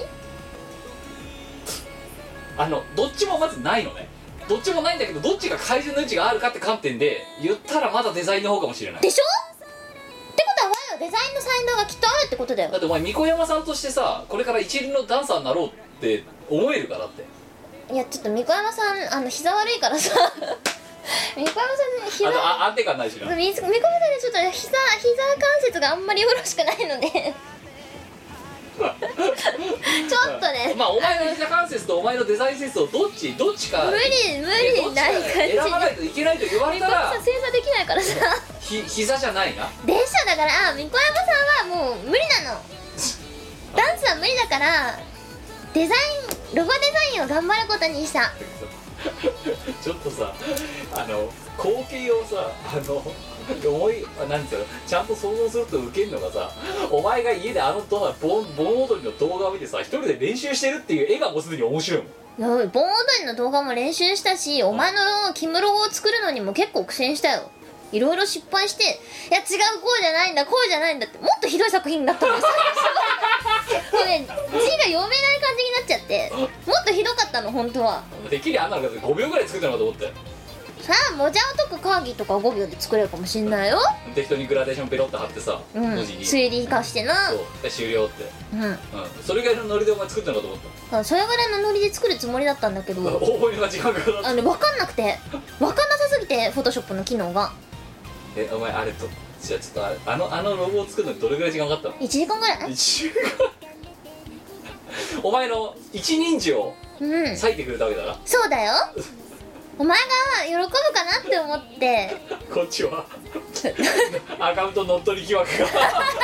あのどっちもまずないのね。どっちもないんだけどどっちが改善の余地があるかって観点で言ったらまだデザインの方かもしれないでしょ。ってことはワイはデザインの才能がきっとあるってことだよ。 だってお前巫女山さんとしてさこれから一流のダンサーになろうって思えるかだって。 いやちょっと巫女山さんあの膝悪いからさ巫女山さん膝あとあ安定感ないしな。 巫女山さんねちょっと膝膝関節があんまりよろしくないのでちょっとねまあお前の膝関節とお前のデザインセンスをどっちどっちか無理無理ない感じ選ばないといけないと言われたらみこさん正座できないからさひ膝じゃないなでしょ。だからあみこ山さんはもう無理なのダンスは無理だからデザインロゴデザインを頑張ることにした。 ちょっとさ、あの光景をさ、あの思いなんていうの、ちゃんと想像するとウケんのがさ、お前が家であのドラ盆踊りの動画を見てさ、一人で練習してるっていう絵がもうすでに面白いもん。 いや盆踊りの動画も練習したし、お前のキムロゴを作るのにも結構苦戦したよ。いろいろ失敗して、いや違う、こうじゃないんだ、こうじゃないんだって、もっとひどい作品になったんですよ。もうね、字が読めない感じになっちゃって、もっとひどかったの本当は。 てっきりあんなのごびょうぐらい作ったのかと思って。 さあ、もじゃを解くカーギーとかごびょうで作れるかもしんないよ。 適当にグラデーションペロッと貼ってさ、 うん、文字に スリーディー 化してな。 そうで終了って、うん、うん、それぐらいのノリでお前作ったのかと思った。 あ、それぐらいのノリで作るつもりだったんだけど、 覚えが時間かかった。 あの分かんなくて、分かんなさすぎて、フォトショップの機能が。 え、お前あれと、じゃあちょっとあのあのロゴを作るのにどれぐらい時間かかったの？ いちじかんぐらい。 いちじかんお前の一人称を割いてくれたわけだな、うん、 そうだよ。お前が喜ぶかなって思ってこっちはアカウント乗っ取り疑惑が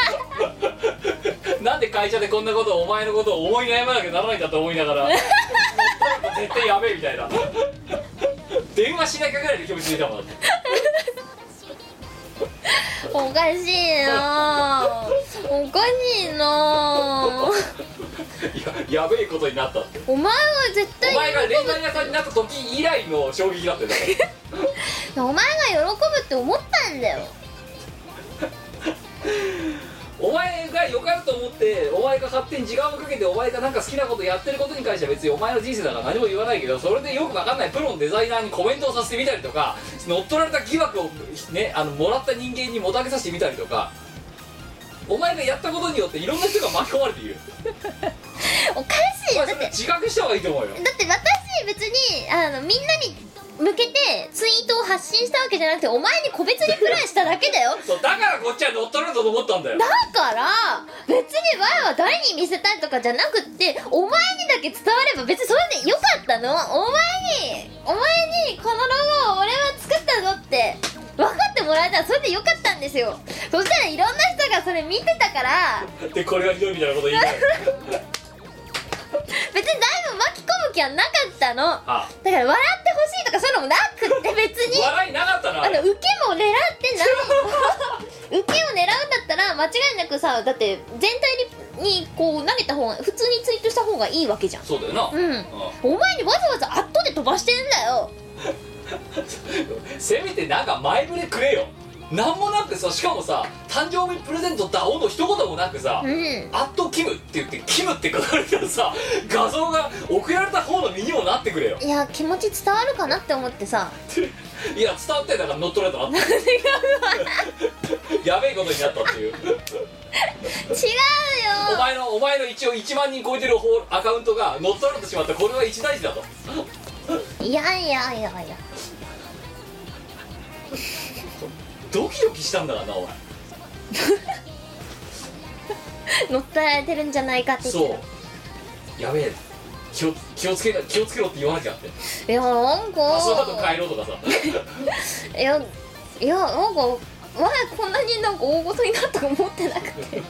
なんで会社でこんなことをお前のことを思い悩まなきゃならないんだと思いながら絶対やべえみたいな電話しなきゃぐらいで気持ち出たもんだっておかしいなおかしいなや, やべえことになったって。 お前は絶対お前がレンガ屋さんになった時以来の衝撃だったんだからお前が喜ぶって思ったんだよお前がよかると思って、お前が勝手に時間をかけてお前がなんか好きなことやってることに関しては別にお前の人生だから何も言わないけど、それでよくわかんないプロのデザイナーにコメントをさせてみたりとか、乗っ取られた疑惑をね、あのもらった人間にもたげさせてみたりとか、お前がやったことによっていろんな人が巻き込まれているおかしいよ。だって自覚した方がいいと思うよ。 だって私別にあのみんなに向けてツイートを発信したわけじゃなくて、お前に個別リプライしただけだよそうだからこっちは乗っ取られたと思ったんだよ。 だから別に前は誰に見せたいとかじゃなくって、お前にだけ伝われば別にそれでよかったの。お前にお前にこのロゴを俺は作ったぞって分かってもらえたらそれでよかったんですよ。そしたらいろんな人がそれ見てたからでこれがひどいみたいなこと言いたい別に誰も巻き込む気はなかったの。 ああだから笑ってほしいとかそういうのもなくって別に笑いなかったな。 あの受けも狙ってない受けを狙うんだったら間違いなくさ、だって全体にこう投げた方が普通にツイートした方がいいわけじゃん。 そうだよな。 うん、うん、お前にわざわざアットで飛ばしてるんだよせめてなんか前触れくれよ。なんもなくさ、しかもさ誕生日プレゼントだおの一言もなくさ、うん、アットキムって言ってキムって書かれてるさ画像が送られた方の身にもなってくれよ。 いや気持ち伝わるかなって思ってさいや伝わってんだから乗っ取られたなってやべえことになったっていう違うよ。お前のお前の一応いちまんにん超えてるアカウントが乗っ取られてしまった。これは一大事だといやいやいやいやドキドキしたんだからなお前乗っ取られてるんじゃないかって言ってそうやべえ気を、気をつけろ気をつけろって言わなきゃって。 いやなんかあその後帰ろうとかさいやいやなんか前こんなになんか大ごとになったと思ってなくて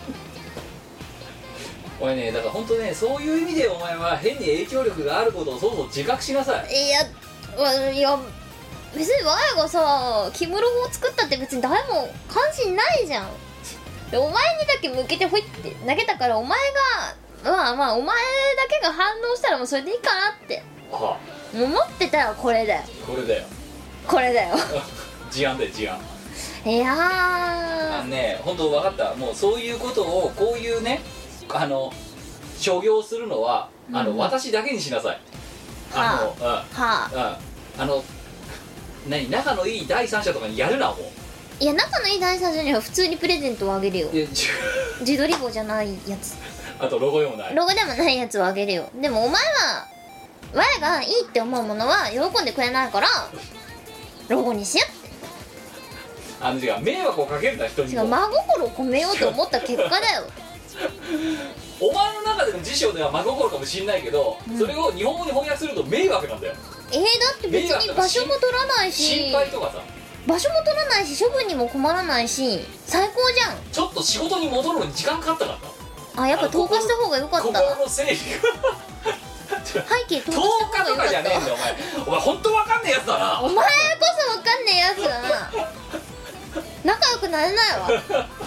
お前ね、だから本当ね、そういう意味でお前は変に影響力があることをそもそも自覚しなさい。 いやいや別に我がさキムロゴを作ったって別に誰も関心ないじゃん。でお前にだけ向けてほいって投げたから、お前がまあまあお前だけが反応したらもうそれでいいかなって思ってたらこれだよこれだよこれだよ事案だよ事案。 いやーあのね、本当分かった。もうそういうことをこういうね、あの所業するのは、うん、あの私だけにしなさい。あの、はあ、うん、うん、あの何仲のいい第三者とかにやるなもう。 いや仲のいい第三者には普通にプレゼントをあげるよ。自撮り棒じゃないやつ。 あとロゴでもないロゴでもないやつをあげるよ。でもお前は我がいいって思うものは喜んでくれないからロゴにしよって。 あの違う、迷惑をかけるな人にも。 違う、真心を込めようと思った結果だよお前の中での辞書では真心かもしんないけど、うん、それを日本語に翻訳すると迷惑なんだよ。 えー、だって別に場所も取らないし心配とかさ場所も取らないし処分にも困らないし最高じゃん。 ちょっと仕事に戻るのに時間かかったからな。 あ、やっぱ投下した方が良かった。 心の整理が背景投下とかじゃねえんだよお前。お前本当わかんねえやつだな。 お前こそわかんねえやつだな。仲良くなれないわ。 あ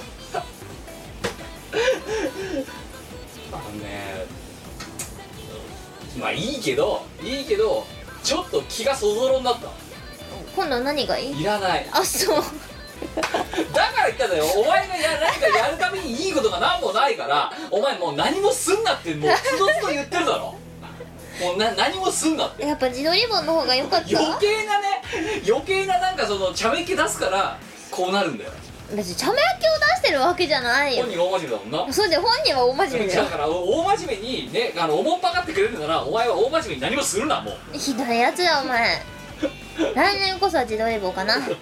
のね、まあいいけどいいけどちょっと気がそぞろになった。 今度は何がいい？ いらない。 あ、そう。 だから言ったんだよ。お前がや何かやるためにいいことが何もないから、お前もう何もすんなってもうつどつど言ってるだろ。もうな何もすんなって。 やっぱ自撮り棒の方が良かった。 余計なね、余計ななんかその茶目っ気出すからこうなるんだよ。 別に茶目っ気を出してるわけじゃないよ。 本人が大真面目だもんな。 そうで、本人は大真面目だよ。 だから大真面目にね、あのおもんぱかってくれるならお前は大真面目に何もするな。もうひどいやつだお前。来年こそは自撮り棒かな。 本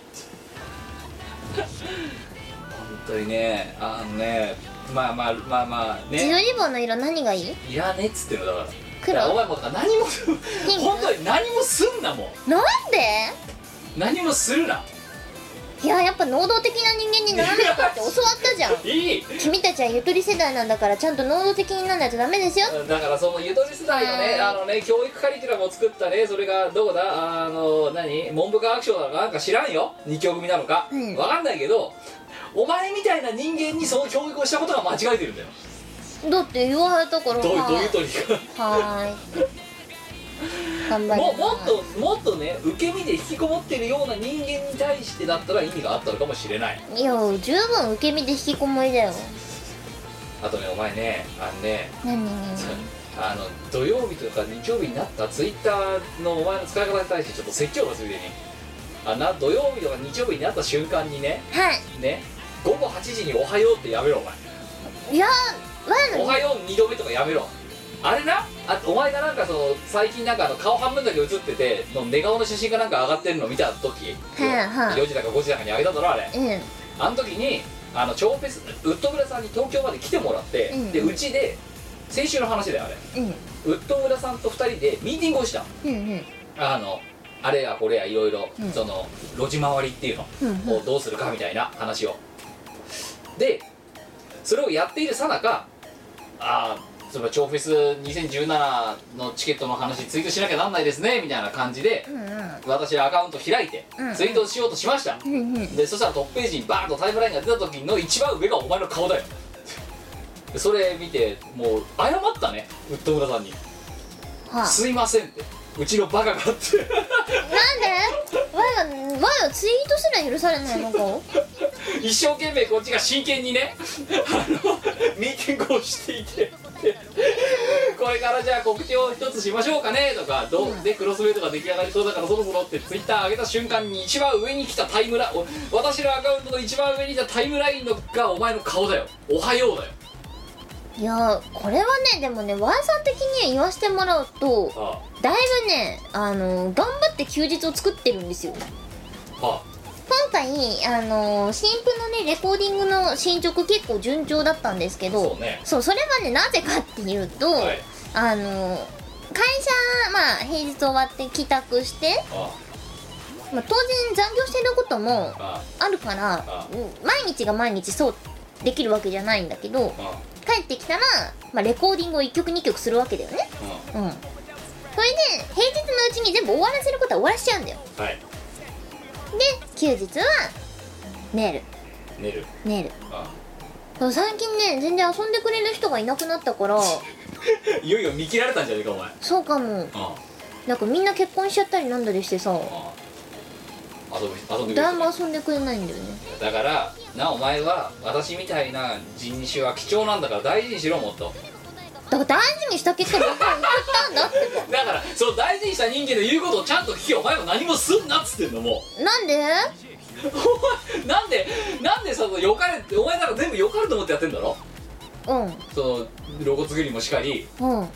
当にね、あのね、まあまあまあまあね、 自撮り棒の色何がいい？ いらねっつってるのだから。 黒？ お前もだから何も本当に何もすんな。もうなんで？ 何もするな。 いや、やっぱ能動的な人間にならないかって教わったじゃん。 いい。 君たちはゆとり世代なんだからちゃんと能動的にならないとダメですよ。 だからそのゆとり世代のね、あのね、教育カリキュラムを作ったね、それがどこだ、あの何文部科学省なのかなんか知らんよ、二教組なのか、うん、分かんないけど、お前みたいな人間にその教育をしたことが間違えてるんだよ。 だって言われたから。 どういうどういうとりか。 はーい。頑張りももっともっとね、受け身で引きこもってるような人間に対してだったら意味があったのかもしれない。 いや、十分受け身で引きこもりだよ。 あとね、お前ね、あのね、 何あの土曜日とか日曜日になったツイッターのお前の使い方に対してちょっと説教がついてに、あな土曜日とか日曜日になった瞬間にね、 はいね、ごごはちじにおはようってやめろお前。 いや、 おはようにどめとかやめろ。あれな、あお前がなんかその最近なんかあの顔半分だけ写ってての寝顔の写真がなんか上がってるのを見た時、 はい、 よじだかごじだかに上げただろあれ、 うん、 あの時にあの超フェスウッド村さんに東京まで来てもらって、うん、でうちで先週の話だよあれ、うん、ウッド村さんとふたりでミーティングをした、うんうん、あのあれやこれやいろいろその路地回りっていうのをどうするかみたいな話を、でそれをやっているさなか、ああその超フェスにせんじゅうななのチケットの話ツイートしなきゃなんないですねみたいな感じで、うんうん、私はアカウント開いてツイートしようとしました、うんうん、でそしたらトップページにバーンとタイムラインが出た時の一番上がお前の顔だよそれ見てもう謝ったねウッド村さんに、はあ、すいませんってうちのバカがってなんでワイはワイはツイートすら許されないのか一生懸命こっちが真剣にねあのミーティングをしていてこれからじゃあ告知を一つしましょうかねとかどうでクロスウェイトが出来上がりそうだからそろそろってツイッター上げた瞬間に一番上に来たタイムライン、私のアカウントの一番上に来たタイムラインのがお前の顔だよ。おはようだよ。 いやこれはね、でもね Y さん的に言わせてもらうと、ああだいぶねあの頑張って休日を作ってるんですよ。ああ今回あの新婦のねレコーディングの進捗結構順調だったんですけど、そうね、そうそれはねなぜかっていうと、はい、あの会社まあ平日終わって帰宅して、ああまあ、当然残業してることもあるから、ああ毎日が毎日そうできるわけじゃないんだけど、ああ帰ってきたら、まあ、レコーディングをいっきょくにきょくするわけだよね。うん、うん、それで平日のうちに全部終わらせることは終わらしちゃうんだよ。はい。で休日は寝る寝る寝る。ああ最近ね全然遊んでくれる人がいなくなったからいよいよ見切られたんじゃねえかお前。 そうかも。ああなんかみんな結婚しちゃったりなんだりしてさ、ああ遊び遊んでくれる誰も遊んでくれないんだよね。 だからなお前は私みたいな人種は貴重なんだから大事にしろもっと。 だから大事にした結果僕は送ったんだってだからその大事にした人間の言うことをちゃんと聞きお前は何もすんなっつってんのもう。なんでお前なんでなんでそのよかれってお前なら全部よかれと思ってやってんだろ。うんその露骨作りもしかり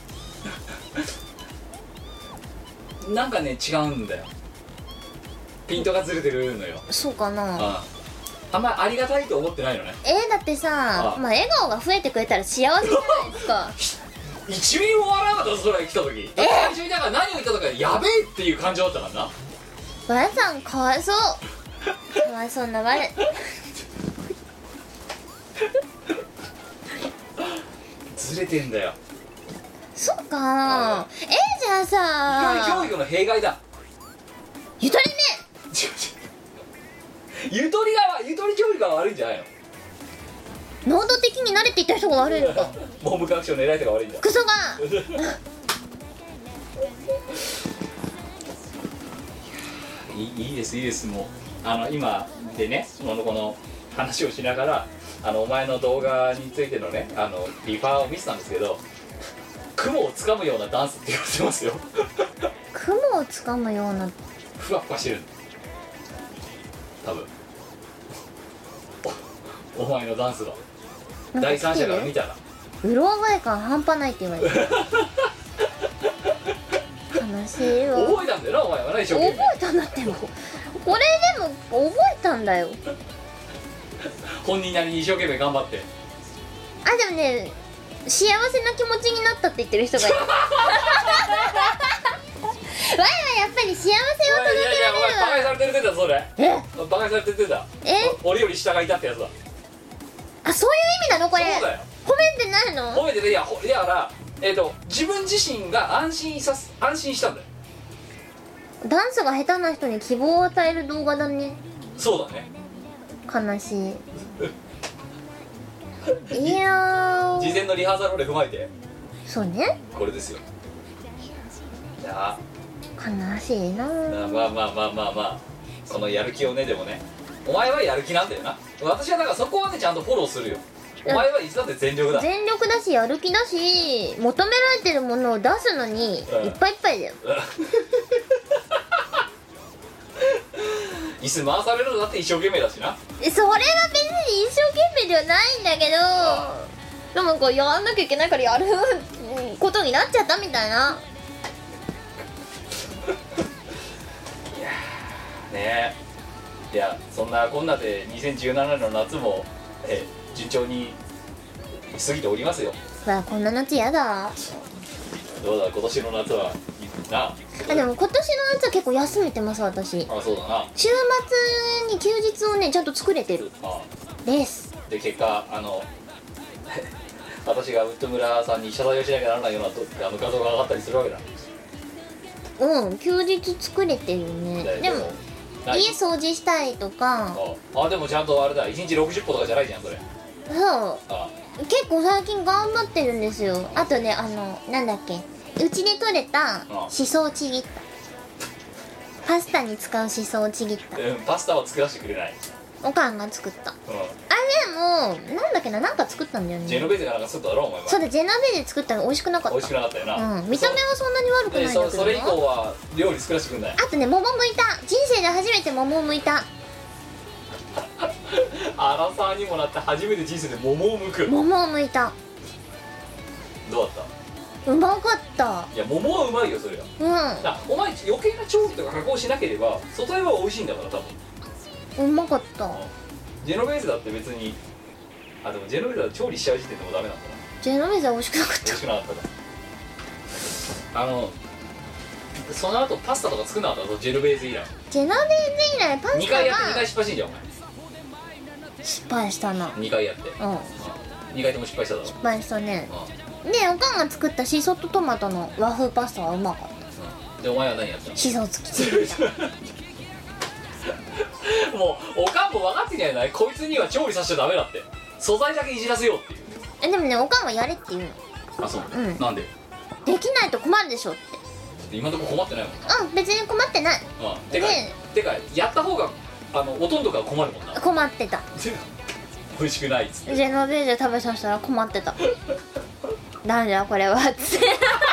うんなんかね違うんだよ。ピントがずれてるのよ。 そうかな。あああんまりありがたいと思ってないのね。 えー、だってさあ、まあ、笑顔が増えてくれたら幸せじゃないですかいちミリも笑わなかったぞそれ来た時。えー、最初にだから何を言ったとかやべえっていう感情だったからな。 ばやさんかわいそうかわいそうな我ずれてんだよ。 そっかー。えー、じゃあさゆとり教育の弊害だ。 ゆとりねゆとりがゆとり教育が悪いんじゃないの。能動的に慣れていった人が悪いのか。 文部科学省の偉い人が悪いんだ。 クソがいい, いいですいいです。もうあの今でね、このこの話をしながらあのお前の動画についてのねあのリファーを見てたんですけど、雲をつかむようなダンスって言われてますよ。 雲をつかむようなふわふわしてる多分お, お前のダンスが第三者から見たらうろ覚え感半端ないって言われて悲しいわ。 覚えたんだよなお前はね。一生懸命覚えたんだってもこれでも覚えたんだよ。 本人なりに一生懸命頑張って。 あでもね幸せな気持ちになったって言ってる人がいる。わいはやっぱり幸せを届けられるわ。 いやいやお前バカにされてるって言ってたそれ。 えバカにされてるって言ってた。 え俺より下がいたってやつだ。 あそういう意味なのこれ。 そうだよ。 褒めてないの。 褒めてね。いやだからえっ、ー、と自分自身が安心さす安心したんだよ。 ダンスが下手な人に希望を与える動画だね。 そうだね。 悲しい。いや事前のリハーサルで踏まえてそうねこれですよ。いや悲しいな。 まあまあまあまあまあこのやる気をね。でもねお前はやる気なんだよな。私はだからそこはねちゃんとフォローするよ。お前はいつだって全力だ。 全力だしやる気だし求められてるものを出すのにいっぱいいっぱいだよ。 椅子回されるのだって一生懸命だしな。 それは別に一生懸命ではないんだけど、でもこうやらなきゃいけないからやることになっちゃったみたいな。 いやーねえいやそんなこんなでにせんじゅうななねんの夏もえ順調に過ぎておりますよ。 わあこんな夏やだ。 どうだ今年の夏はな。 あでも今年の夏は結構休めてます私。 あそうだな。 週末に休日をねちゃんと作れてるあです。 で結果あの私がウッド村さんに謝罪をしなきゃならないようなとあの画像が上がったりするわけだ。 うん休日作れてるね。でも家掃除したいとか。 ああでもちゃんとあれだいちにちろくじゅっぽとかじゃないじゃんそれ。 そうあ結構最近頑張ってるんですよ。あとねあのなんだっけうちで採れたしそをちぎった。パスタに使うしそをちぎった。 うんパスタは作らせてくれない。 おかんが作った。うん、あれもなんだっけななんか作ったんだよね。 ジェノベーゼがなんか作っただろお前は。 そうだジェノベーゼ作ったの美味しくなかった。 美味しくなかったよな。 うん見た目はそんなに悪くないんだけど。 そ, それ以降は料理作らせてくれない。 あとね桃剥いた。人生で初めて桃を剥いた。 アラサーにもなって初めて人生で桃を剥く。 桃を剥いた。 どうだった？ うまかった。 いや桃はうまいよそれは。うん。だお前余計な調理とか加工しなければ外は美味しいんだから多分。うまかった。 ジェノベーゼだって別にあでもジェノベーゼは調理しちゃう時点でもダメなんだな。 ジェノベーゼは美味しくなかった。 美味しくなかったか。あのその後パスタとか作んなかったぞジェノベーゼ以来。 ジェノベーゼ以来パスタがにかいやってにかい失敗してんじゃんお前。 失敗したな。 にかいやって。うん。にかいとも失敗しただろ。失敗したね。うん、でおかんが作ったシソとトマトの和風パスタはうまかった。 うん、でお前は何やったの？ シソ付き。 もうおかんも分かってんじゃない？こいつには調理させちゃダメだって。素材だけいじらせようっていう。 えでもねおかんはやれって言うの。あそう。うん。なんで？ できないと困るでしょって。 今のとこ困ってないもん。 うん別に困ってない。 うん。てか、ね、てかやった方があのほとんどが困るもんな。 困ってた。 美味しくないっつって。 ジェノベーゼ食べさせたら困ってた。なんだこれはっつって。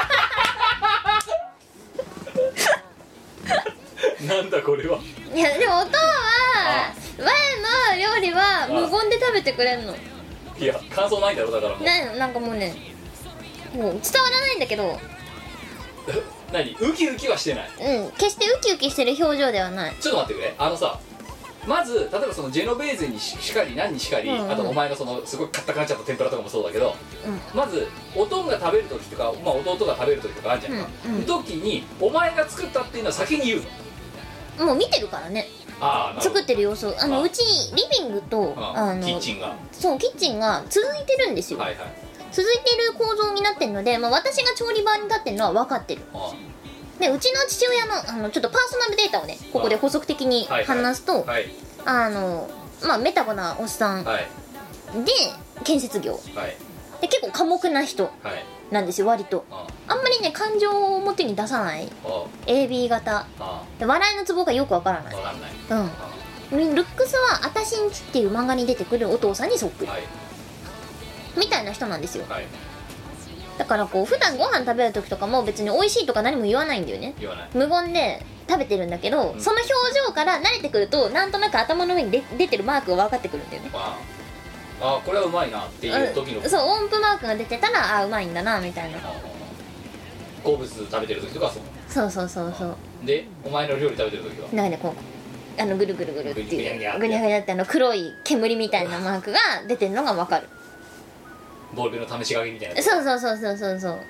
なんだこれは。 いやでもおとんは前の料理は無言で食べてくれんの。 いや感想ないだろだからもう。 ないのなんかもうねもう伝わらないんだけど。 何ウキウキはしてない。 うん決してウキウキしてる表情ではない。 ちょっと待ってくれあのさまず例えばそのジェノベーゼにしかり何にしかり、うんうん、あとお前のそのすごいカッタくなっちゃった天ぷらとかもそうだけど、うん、まずおとんが食べる時とか、まあ、弟が食べる時とかあるじゃんか、うんうん、時にお前が作ったっていうのは先に言うの。 もう見てるからね。あ作ってる様子あのうちリビングとあのキッチンがそうキッチンが続いてるんですよ。 はいはい続いてる構造になってるので、まあ、私が調理場に立ってるのは分かってる。でうちの父親のあのちょっとパーソナルデータをねここで補足的に話すと、はいはい、あのまあメタボなおっさんで、はい、建設業、はい、で結構寡黙な人なんですよ、割と。あんまりね感情を表に出さない エービー 型で、笑いのツボがよくわからない。わかんない。うん。ルックスは「あたしんち」っていう漫画に出てくるお父さんにそっくり、はい、みたいな人なんですよ、はい、だからこう普段ご飯食べる時とかも別に美味しいとか何も言わないんだよね。言わない。無言で食べてるんだけど、うん、その表情から慣れてくるとなんとなく頭の上に出てるマークが分かってくるんだよね。ああ、これはうまいなっていう時の、 うん、そう音符マークが出てたらああうまいんだなみたいな。 好物食べてる時とかそうそうそうそうそう。 でお前の料理食べてる時はなんかねこうあのぐるぐるぐるっていうぐにゃぐにゃぐにゃってあの黒い煙みたいなマークが出てるのが分かる。 ボールペンの試し書きみたいな。 そうそうそうそうそうそう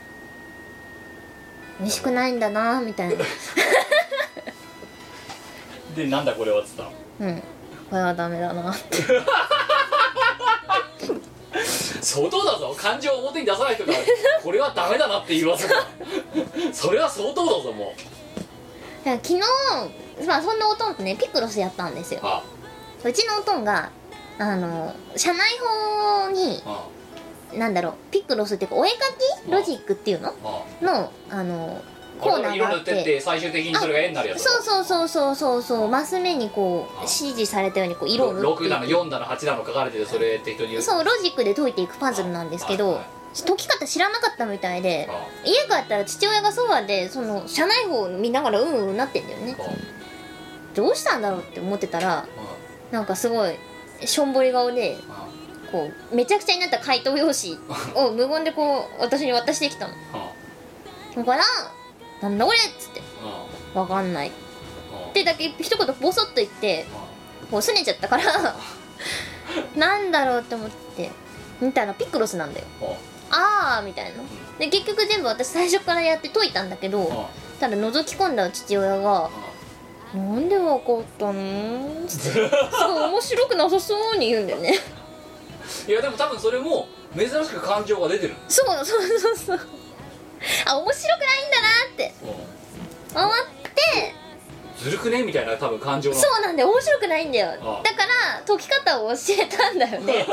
美味しくないんだなみたいなでなんだこれはっつったの。 うん、これはダメだなって相当だぞ、感情を表に出さない人がこれはダメだなって言わせたそれは相当だぞもう。 だから昨日、まあ、そんなおとんとねピクロスやったんですよ。ああうちのおとんがあの社内法にああなんだろうピクロスっていうかお絵かきロジックっていうのああのあのコーナーがあって、 って最終的にそれが絵になるやつ。 そうそうそうそうそうそうマス目にこう指示されたようにこう色を塗ってろくだのよんだのはちだの書かれててそれ適当に言う。 そうロジックで解いていくパズルなんですけど、はいはい、解き方知らなかったみたいで、家帰ったら父親がそばでその社内法を見ながらうんうんなってんだよね。どうしたんだろうって思ってたら、なんかすごいしょんぼり顔でこうめちゃくちゃになった回答用紙を無言でこう私に渡してきたの。だからなんだこれっつってわかんないってだけ一言ボソッと言ってこうすねちゃったからなんだろうって思って見たらピクロスなんだよ。あーみたいな。で結局全部私最初からやって解いたんだけど、ただ覗き込んだ父親がなんでわかったのつってすごい面白くなさそうに言うんだよねいやでも多分それも珍しく感情が出てる。 そうそうそうそうあ面白くないんだなって思ってずるくねみたいな多分感情の。 そうなんだよ面白くないんだよ。だから解き方を教えたんだよねだ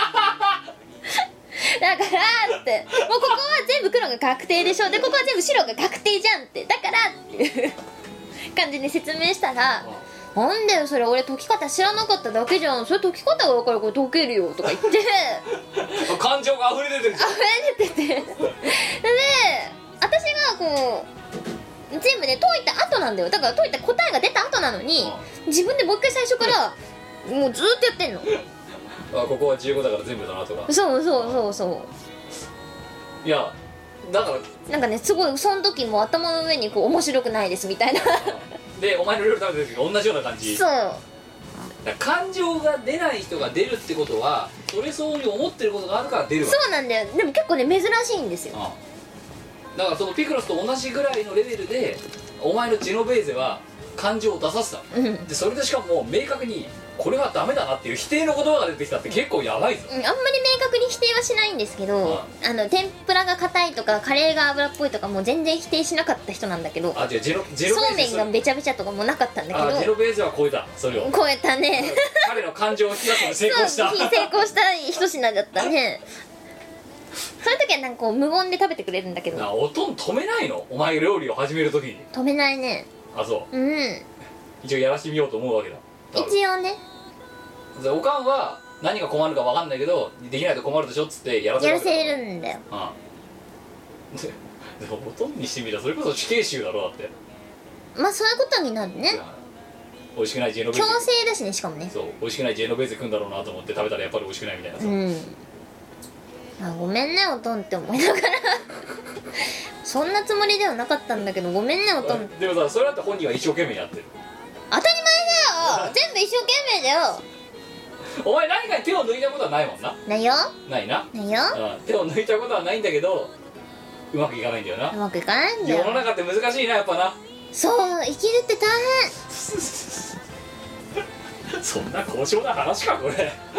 からってもうここは全部黒が確定でしょでここは全部白が確定じゃんってだからっていう感じに説明したらなんだよそれ俺解き方知らなかっただけじゃんそれ解き方が分かるから解けるよとか言って感情が溢れ出てる溢れ出ててで私がこう全部ね解いた後なんだよ。だから解いた答えが出た後なのに自分でもう一回最初からもうずーっとやってんのあここはじゅうごだから全部だなとか。 そうそうそうそういやだからなんかねすごいその時も頭の上にこう面白くないですみたいなでお前の料理食べてる時同じような感じ。 そうだ感情が出ない人が出るってことはそれそうに思ってることがあるから出るわけ。 そうなんだよ。でも結構ね珍しいんですよ。ああだからそのピクロスと同じぐらいのレベルでお前のジェノベーゼは感情を出させた、うん、でそれでしかも明確にこれはダメだなっていう否定の言葉が出てきたって結構やばいぞ、 うん、あんまり明確に否定はしないんですけど、あの天ぷらが硬いとかカレーが油っぽいとかもう全然否定しなかった人なんだけど、 あじゃあジェノジェノベーゼそうめんがべちゃべちゃとかもなかったんだけど、 あジェノベーゼは超えた。それを超えたね彼の感情を引き出すのに成功したそう成功した一品だったねそういう時はなんかこう無言で食べてくれるんだけど、 なおとん止めないのお前料理を始める時に。 止めないね。 あそううん一応やらしてみようと思うわけだ。 一応ねおかんは何が困るか分かんないけどできないと困るでしょっつってやらせるやらせるんだよ。 ああで, でもほとんどにしてみたらそれこそ死刑囚だろだって。 まあそういうことになるね。 美味しくないジェノベーゼ強制だしねしかもね。 そう美味しくないジェノベーゼ食うんだろうなと思って食べたらやっぱり美味しくないみたいなさ、 うんあごめんねおとんって思いながらそんなつもりではなかったんだけどごめんねおとん。 でもさそれだって本人は一生懸命やってる。 当たり前だよ全部一生懸命だよお前何かに手を抜いたことはないもんな。 ないよないなないよ、 うん、手を抜いたことはないんだけどうまくいかないんだよな。 うまくいかないんだよ。 世の中って難しいなやっぱな。 そう生きるって大変そんな高尚な話かこれ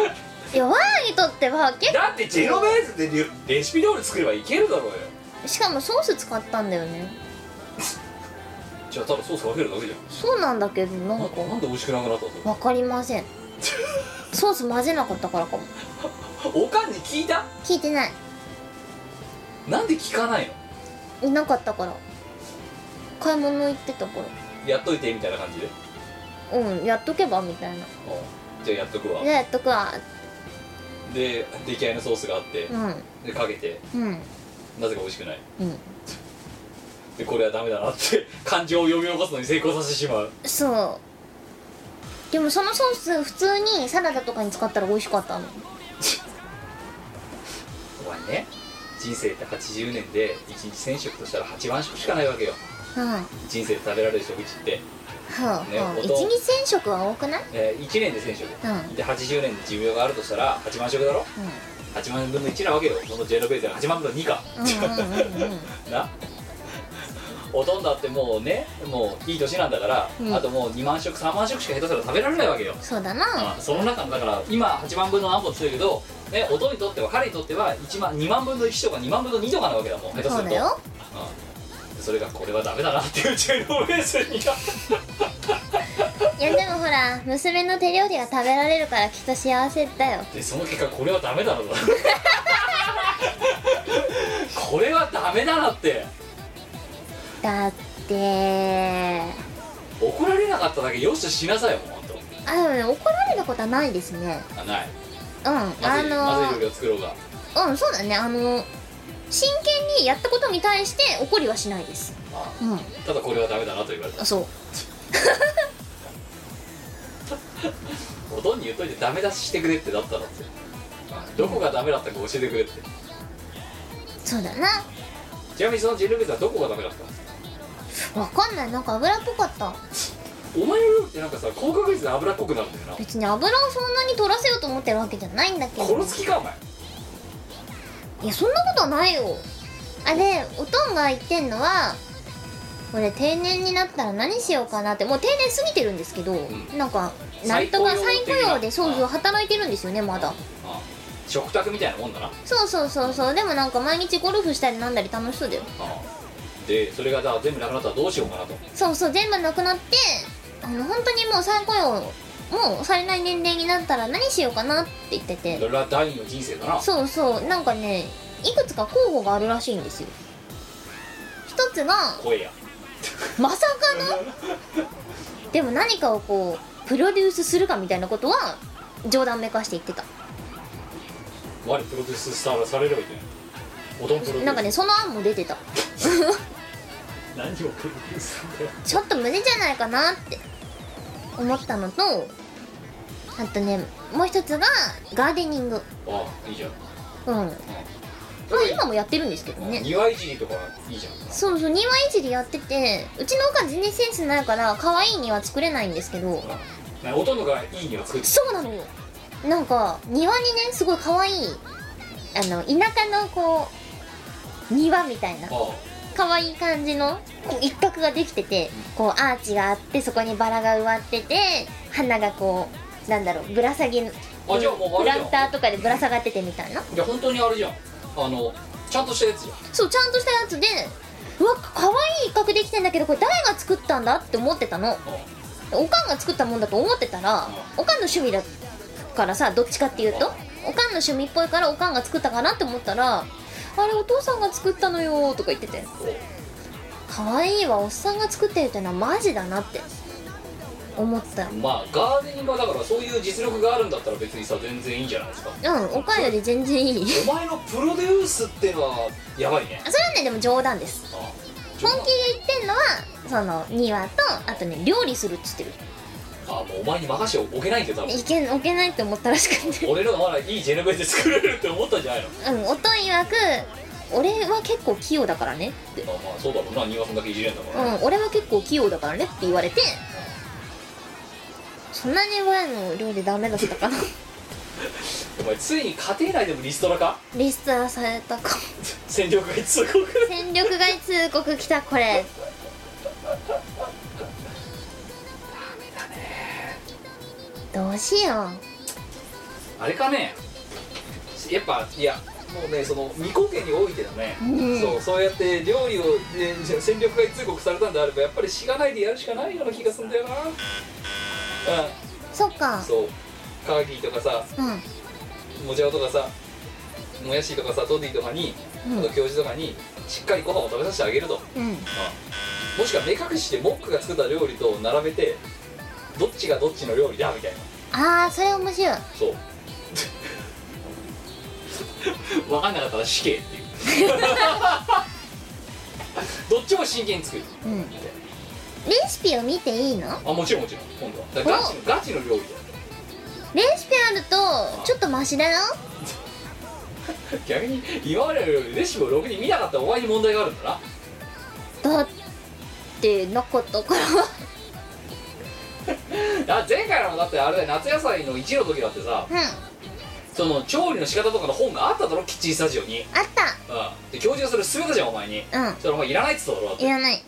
いやワーにとっては結構だってジェノベーゼでレシピ料理作ればいけるだろうよ。 しかもソース使ったんだよね。 じゃあただソースかけるだけじゃん。 そうなんだけどなんかなんで美味しくなくなったの？ わかりませんソース混ぜなかったからかも。 おかんに聞いた？ 聞いてない。 なんで聞かないの？ いなかったから。買い物行ってたからやっといてみたいな感じで。 うんやっとけばみたいな。 じゃあやっとくわ。 じゃあやっとくわ。 で出来合いのソースがあって、 うん、 でかけて、 うん、 なぜか美味しくない、 うん、 でこれはダメだなって感情を呼び起こすのに成功させてしまう。 そうでもそのソース普通にサラダとかに使ったら美味しかったのお前ね、人生ってはちじゅうねんでいちにちせん食としたらはちまん食しかないわけよ、はあ、人生で食べられる食事って、 はあね、はあ、いちにちせん食は多くない？ えー、いちねんでせん食、うん、ではちじゅうねんで寿命があるとしたらはちまん食だろ、うん、はちまんぶんのいちなわけよ。このジェノベーゼははちまんぶんのにかな。ほとんどあってもうね、もういい年なんだから、うん、あともうにまん食さんまん食しか下手したら食べられないわけよ。 そうだな。 あその中のだから今はちまんぶんの何歩って言うけど、ね、音にとっては彼にとってはいちまんにまんぶんのいちとかにまんぶんのにとかなわけだもん、下手すると。そうだよ、うん、それがこれはダメだなっていうジェノベーゼにいやでもほら娘の手料理が食べられるからきっと幸せだよ。 でその結果これはダメだなとこれはダメだなって。だって怒られなかっただけよしとしなさいよ、もうほんと。 あでもね、怒られたことはないですね。 あない。 うん、 まずい、 あのまずい料理を作ろうが。 うん、そうだね。あの真剣にやったことに対して怒りはしないです。 ああ、うん、ただこれはダメだなと言われた。 あ、そうおどんに言っといてダメ出ししてくれってだったのって、どこがダメだったか教えてくれって。 そうだな。 ちなみにそのジェノベーゼはどこがダメだったんですか？ わかんない、なんか油っぽかった。 お前の料理ってなんかさ、高確率で油っぽくなるんだよな。 別に油をそんなに取らせようと思ってるわけじゃないんだけど。 殺す気かお前。 いや、そんなことはないよ。あれ、おとんが言ってんのは俺定年になったら何しようかなって。もう定年過ぎてるんですけど、うん、なんかなんとか再雇用でそうそう働いてるんですよね、まだ。ああ、 食卓みたいなもんだな。 そうそうそうそう。でもなんか毎日ゴルフしたりなんだり楽しそうだよ。ああ、でそれが全部なくなったらどうしようかなと。 そうそう、全部なくなって、あの本当にもう再雇用もうされない年齢になったら何しようかなって言ってて。 それは第二の人生だな。 そうそう、なんかね、いくつか候補があるらしいんですよ。一つが声やまさかのでも何かをこうプロデュースするかみたいなことは冗談めかして言ってた。 我プロデュースされればいけない。おどんプロデュースなんかね、その案も出てた何をプロデュースするんだよ。 ちょっと無理じゃないかなって思ったのと、あとね、もう一つがガーデニング。ああ、いいじゃん。 うん、うん、まあ今もやってるんですけどね。 庭いじりとかいいじゃん。 そうそう、庭いじりやってて、うちのおかん全然センスないから可愛い庭作れないんですけど、 おとんのがいい庭作って。 そうなのよ。なんか庭にね、すごい可愛いあの田舎のこう庭みたいな可愛い感じのこう一角ができてて、こうアーチがあって、そこにバラが植わってて、花がこうなんだろう、ぶら下げ、 あ、じゃあもうプランターとかでぶら下がっててみたいな。 いや本当にあれじゃん、あのちゃんとしたやつじゃん。 そう、ちゃんとしたやつで、うわ、可愛い一角できてんだけど、これ誰が作ったんだって思ってたの。おかんが作ったもんだと思ってたら、おかんの趣味だからさ、どっちかっていうとおかんの趣味っぽいからおかんが作ったかなって思ったら、あれお父さんが作ったのよとか言ってて、可愛いわ、おっさんが作ってるってのはマジだなって思った。 まあガーデニングはだからそういう実力があるんだったら別にさ全然いいんじゃないですか。 うん、おかんより全然いいお前のプロデュースってのはやばいね。 それはね、でも冗談です。ああ、本気で言ってんのはその庭と、あとね、料理するっつってる。 ああ、もうお前に任せておけないんだよ多分。 いけおけないって思ったらしくて俺のがまだいいジェノベーゼ作れるって思ったんじゃないの。 うん、おとん曰く俺は結構器用だからねって。 まあまあそうだろうな、庭そんだけいじれんだから、 ね、うん、俺は結構器用だからねって言われて、そんなに親の料理ダメだったかなお前ついに家庭内でもリストラか。 リストラされたか戦力外通告戦力外通告来た。これどうしよう。 あれかね、やっぱいやもうね、その未公家においてのね、うん、そうそうやって料理を、ね、戦力外通告されたんであればやっぱりしがないでやるしかないような気がするんだよな。うん、 そっか。 そうカーギーとかさ、うん、もじゃおとかさ、もやしとかさ、トディとかに、うん、あと教授とかにしっかりご飯を食べさせてあげると、うん、うん、もしくは目隠しでモックが作った料理と並べてどっちがどっちの料理だみたいな。ああ、それ面白い。 そう分かんなかったら死刑っていうどっちも真剣に作る、うん、 レシピを見ていいの？ あ、もちろんもちろん。今度はガチのガチの料理だ。 レシピあるとちょっとマシだよ逆に今までの料理レシピをろくに見なかったお前に問題があるんだな。だってなかったからあ、前回のだってあれだよ、夏野菜のいちの時だってさ、うん、その調理の仕方とかの本があっただろ、キッチンスタジオに。 あった、 うん、で教授がそれ勧めたじゃんお前に。うん、それお前いらないっつっただろ。だっていらない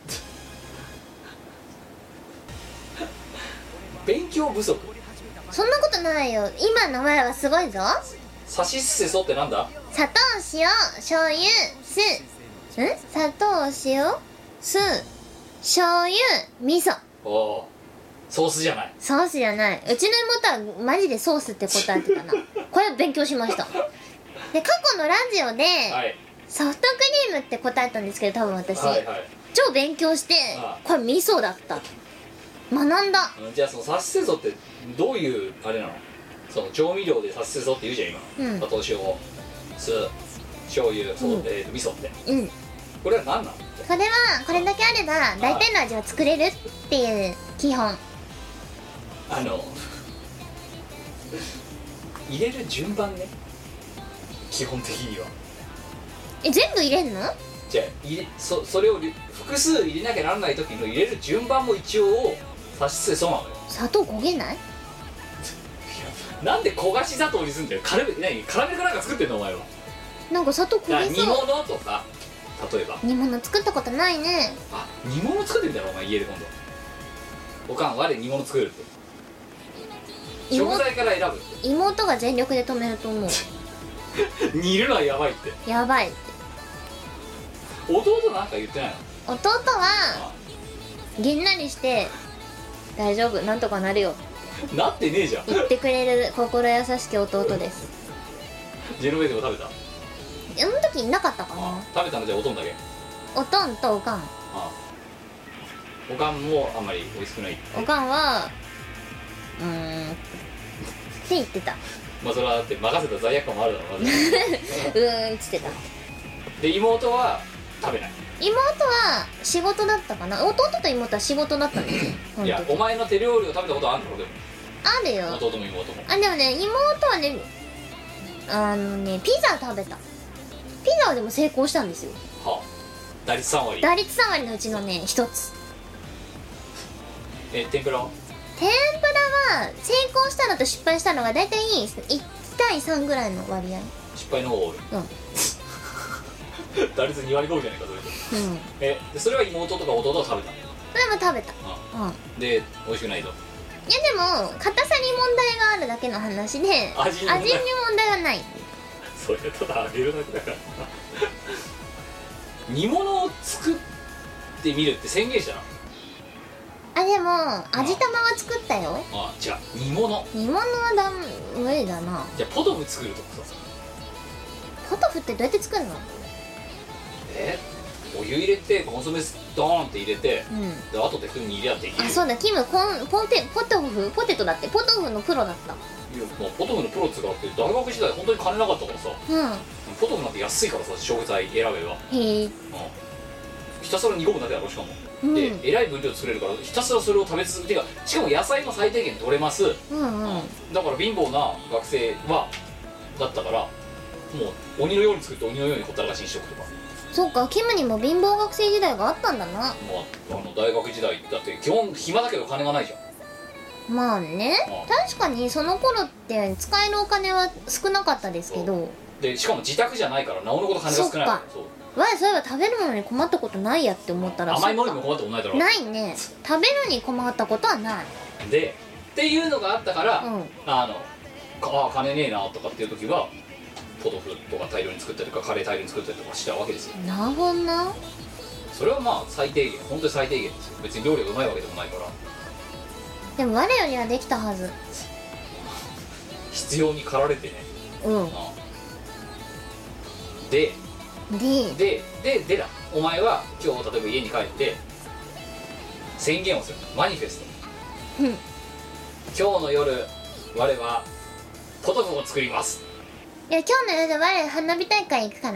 勉強不足。 そんなことないよ、今の前はすごいぞ。 さしすせそってなんだ？ 砂糖、塩、醤油、酢、ん？砂糖、塩、酢、醤油、味噌。 おお、ソースじゃない。 ソースじゃない。うちの妹はマジでソースって答えてたなこれ勉強しました。で、過去のラジオで、はい、ソフトクリームって答えたんですけど、多分私、はいはい、超勉強して、ああ、これ味噌だった。学んだ。 じゃあそのさしせそってどういうあれなの？その調味料でさしせそって言うじゃん今、うん、砂糖、塩、酢、醤油、そう、うん、えー、味噌って、うん、これは何なの？ これはこれだけあれば大体の味は作れるっていう基本。 あの入れる順番ね、基本的には。 え、全部入れんの？ じゃあ入れ そ, それを複数入れなきゃならない時の入れる順番も一応さしせそなのよ。 砂糖焦げない？ なんで焦がし砂糖にすんだよ。カラメル何カラメルかなんか作ってんのお前は。 なんか砂糖焦げそう。 煮物とか例えば。 煮物作ったことないね。 あ、煮物作ってんだろお前家で今度。おかん我煮物作るって。食材から選ぶって。 妹が全力で止めると思う煮るのはやばいって。 やばいって。 弟なんか言ってないの？弟はげんなりして大丈夫なんとかなるよなってねえじゃん。 言ってくれる心優しき弟です。 ジェノベーゼも食べた？ あの時いなかったかな。 ああ、食べたのじゃあおとんだけ。 おとんとおかん。ああ、おかんもあんまり美味しくない。 おかんはうーんって言ってた。 まあそれはだって任せた罪悪感もあるだろうなうーんっつってた。 で妹は食べない。 妹は仕事だったかな。弟と妹は仕事だったんですよいや、お前の手料理を食べたことあるの？でもあるよ。 弟も妹も。 あ、でもね、妹はね、あのね、ピザ食べた。ピザはでも成功したんですよ。はあ、 打率さん割。 打率さん割のうちのね、一つ。 え、天ぷらは？ 天ぷらは成功したのと失敗したのがだいたいいちたいさんぐらいの割合。 失敗の方が多い。うん打率に割ごぶじゃないかそれ。うん、えでそれは妹とか弟は食べた？ それも食べた。 うん、で美味しくないと。 いやでも硬さに問題があるだけの話で味に問題はない。 それただ揚げるだけだから煮物を作ってみるって宣言したな。 あ、でも味玉は作ったよ。 ああ、じゃあ煮物煮物はだ無理だな。 じゃあポトフ作るとかさ。 ポトフってどうやって作るの？ えお湯入れてコンソメドーンって入れて、うん、で後で普通に入れやできる。 あ、そうだ、キムコンポテポトフポテトだってポトフのプロだった。 いや、まあ、ポトフのプロっつうかって大学時代本当に金なかったからさ、うん、ポトフなんて安いからさ食材選べば。へえ、うん、ひたすら煮込むだけだろしかも、うん、でえらい分量作れるからひたすらそれを食べ続けてか、しかも野菜も最低限取れます、うんうん、うん、だから貧乏な学生はだったからもう鬼のように作って鬼のようにほったらかしにしとくとか。 そうか、キムにも貧乏学生時代があったんだな。まあ、 あの大学時代だって基本暇だけど金がないじゃん。まあね、ああ確かにその頃って使えるお金は少なかったですけど、 でしかも自宅じゃないからなおのこと金が少ないから。 そうわい、そういえば食べるものに困ったことないやって思ったら、 甘いものにも困ったことないだろ。 ないね。食べるに困ったことはないでっていうのがあったから、うん、あのああ金ねえなとかっていう時はポトフとか大量に作ったりとかカレー大量に作ったりとかしたわけですよ。 なるほどな。 それはまあ最低限、本当に最低限ですよ。別に料理がうまいわけでもないから。 でも我よりはできたはず。 必要に駆られてね。 うん。 でででででだお前は今日例えば家に帰って宣言をする。マニフェスト。 うん。 今日の夜我はポトフを作ります。 いや今日の夜我花火大会行くから。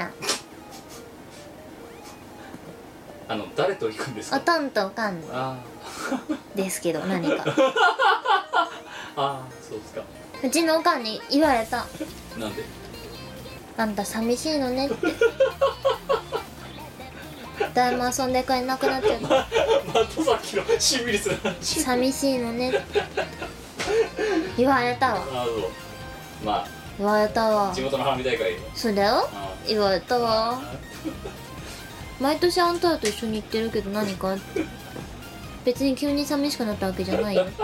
あの誰と行くんですか。 おとんとおかんあですけど何かああそうですか。 うちのおかんに言われた。 なんで。 あんた寂しいのねって。誰も遊んでくれなくなっちゃった。 またさっきのシンビリスな話。 寂しいのねって言われたわ。 あそうまあ言われたわ。 地元の花火大会。 そうだよ。言われたわ。毎年あんたらと一緒に行ってるけど何か別に急に寂しくなったわけじゃないよ。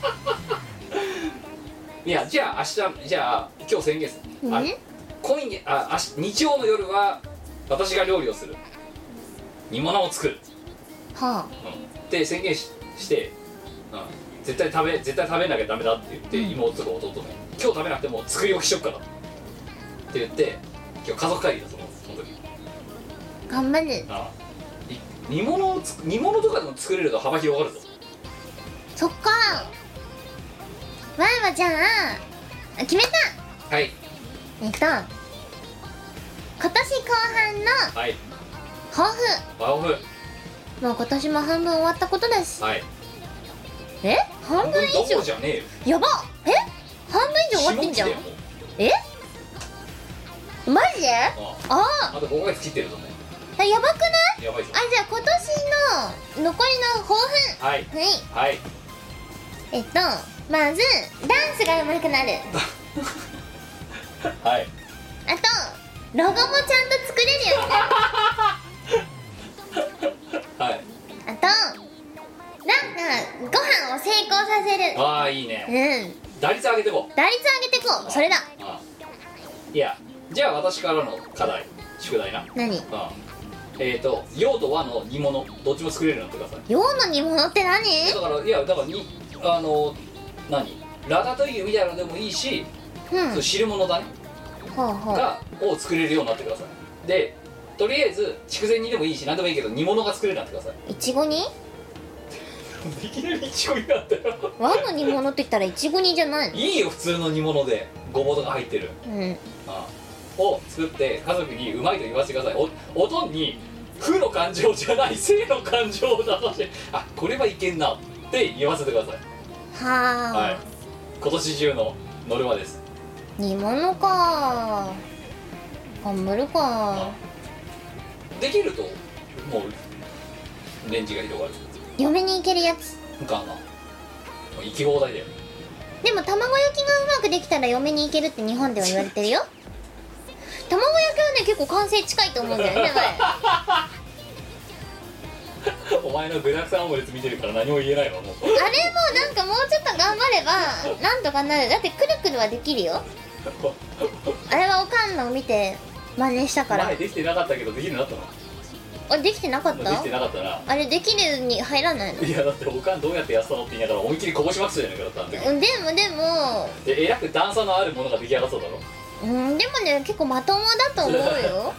いやじゃあ明日じゃあ今日宣言する。あね、 今夜あ明日日曜の夜は私が料理をする。煮物を作る。 はあ、 うん、って宣言 し, して、うん、絶対食べ絶対食べなきゃダメだって言って、うん、妹とか弟ね今日食べなくても作り置きしよっからって言って今日家族会議だそのその時頑張る。 ああ煮物をつ煮物とかでも作れると幅広がるぞ。 そっか。わいはじゃあ決めた。 はいえっと今年後半のはい抱負。 抱負もう今年も半分終わったことだし。 はい。 え半分以ど上こじゃねえよ。 やば。え半分以上終わってんじゃん。えマジで。あああとごかげつ切ってるとね。 あやばくない。 やばいぞ。 あじゃあ今年の残りの抱負。 はいはいはい。 えっとまずダンスが上手くなる。 はい。 あとロゴもちゃんと作れるようになる。 はい。 あとなんかご飯を成功させる。 ああいいね。うん。打率上げてこう。 打率上げてこう。それだ。ああいやじゃあ私からの課題宿題な。 何。 うん。えっ、ー、と洋と和の煮物どっちも作れるようになってください。 洋の煮物って何。 だからいやだからにあの何ラタトゥイユみたいなのでもいいし、うん、そう汁物だねほうほうがを作れるようになってください。でとりあえず筑前煮でもいいし何でもいいけど煮物が作れるようになってください。 いちご煮。 いきなりいちご煮なんだよ。 和の煮物って言ったらいちご煮じゃないの。 いいよ普通の煮物でごぼうとか入ってる、 うんああを作って家族にうまいと言わせてください。おおとんに負の感情じゃない正の感情を出してあこれはいけんなって言わせてください。 はあ、 はい、今年中のノルマです。 煮物か頑張るか。 できるともうレンジが広がる。 嫁に行けるやつかな。行き放題だよ。 でも卵焼きがうまくできたら嫁に行けるって日本では言われてるよ。卵焼きはね結構完成近いと思うんだよね。 お前の具だくさんオムレツ見てるから何も言えないわもう。 あれもなんかもうちょっと頑張ればなんとかなる。だってくるくるはできるよ。あれはおかんのを見て真似したから。 前できてなかったけどできるようになったの。 あできてなかった。 できてなかったな。 あれできるに入らないの。 いやだっておかんどうやってやってたのって言いながら思いっきりこぼしまくってたじゃないかだったんだけど。 でもでもでえらく段差のあるものが出来上がっただろ。 うんでもね結構まともだと思うよ。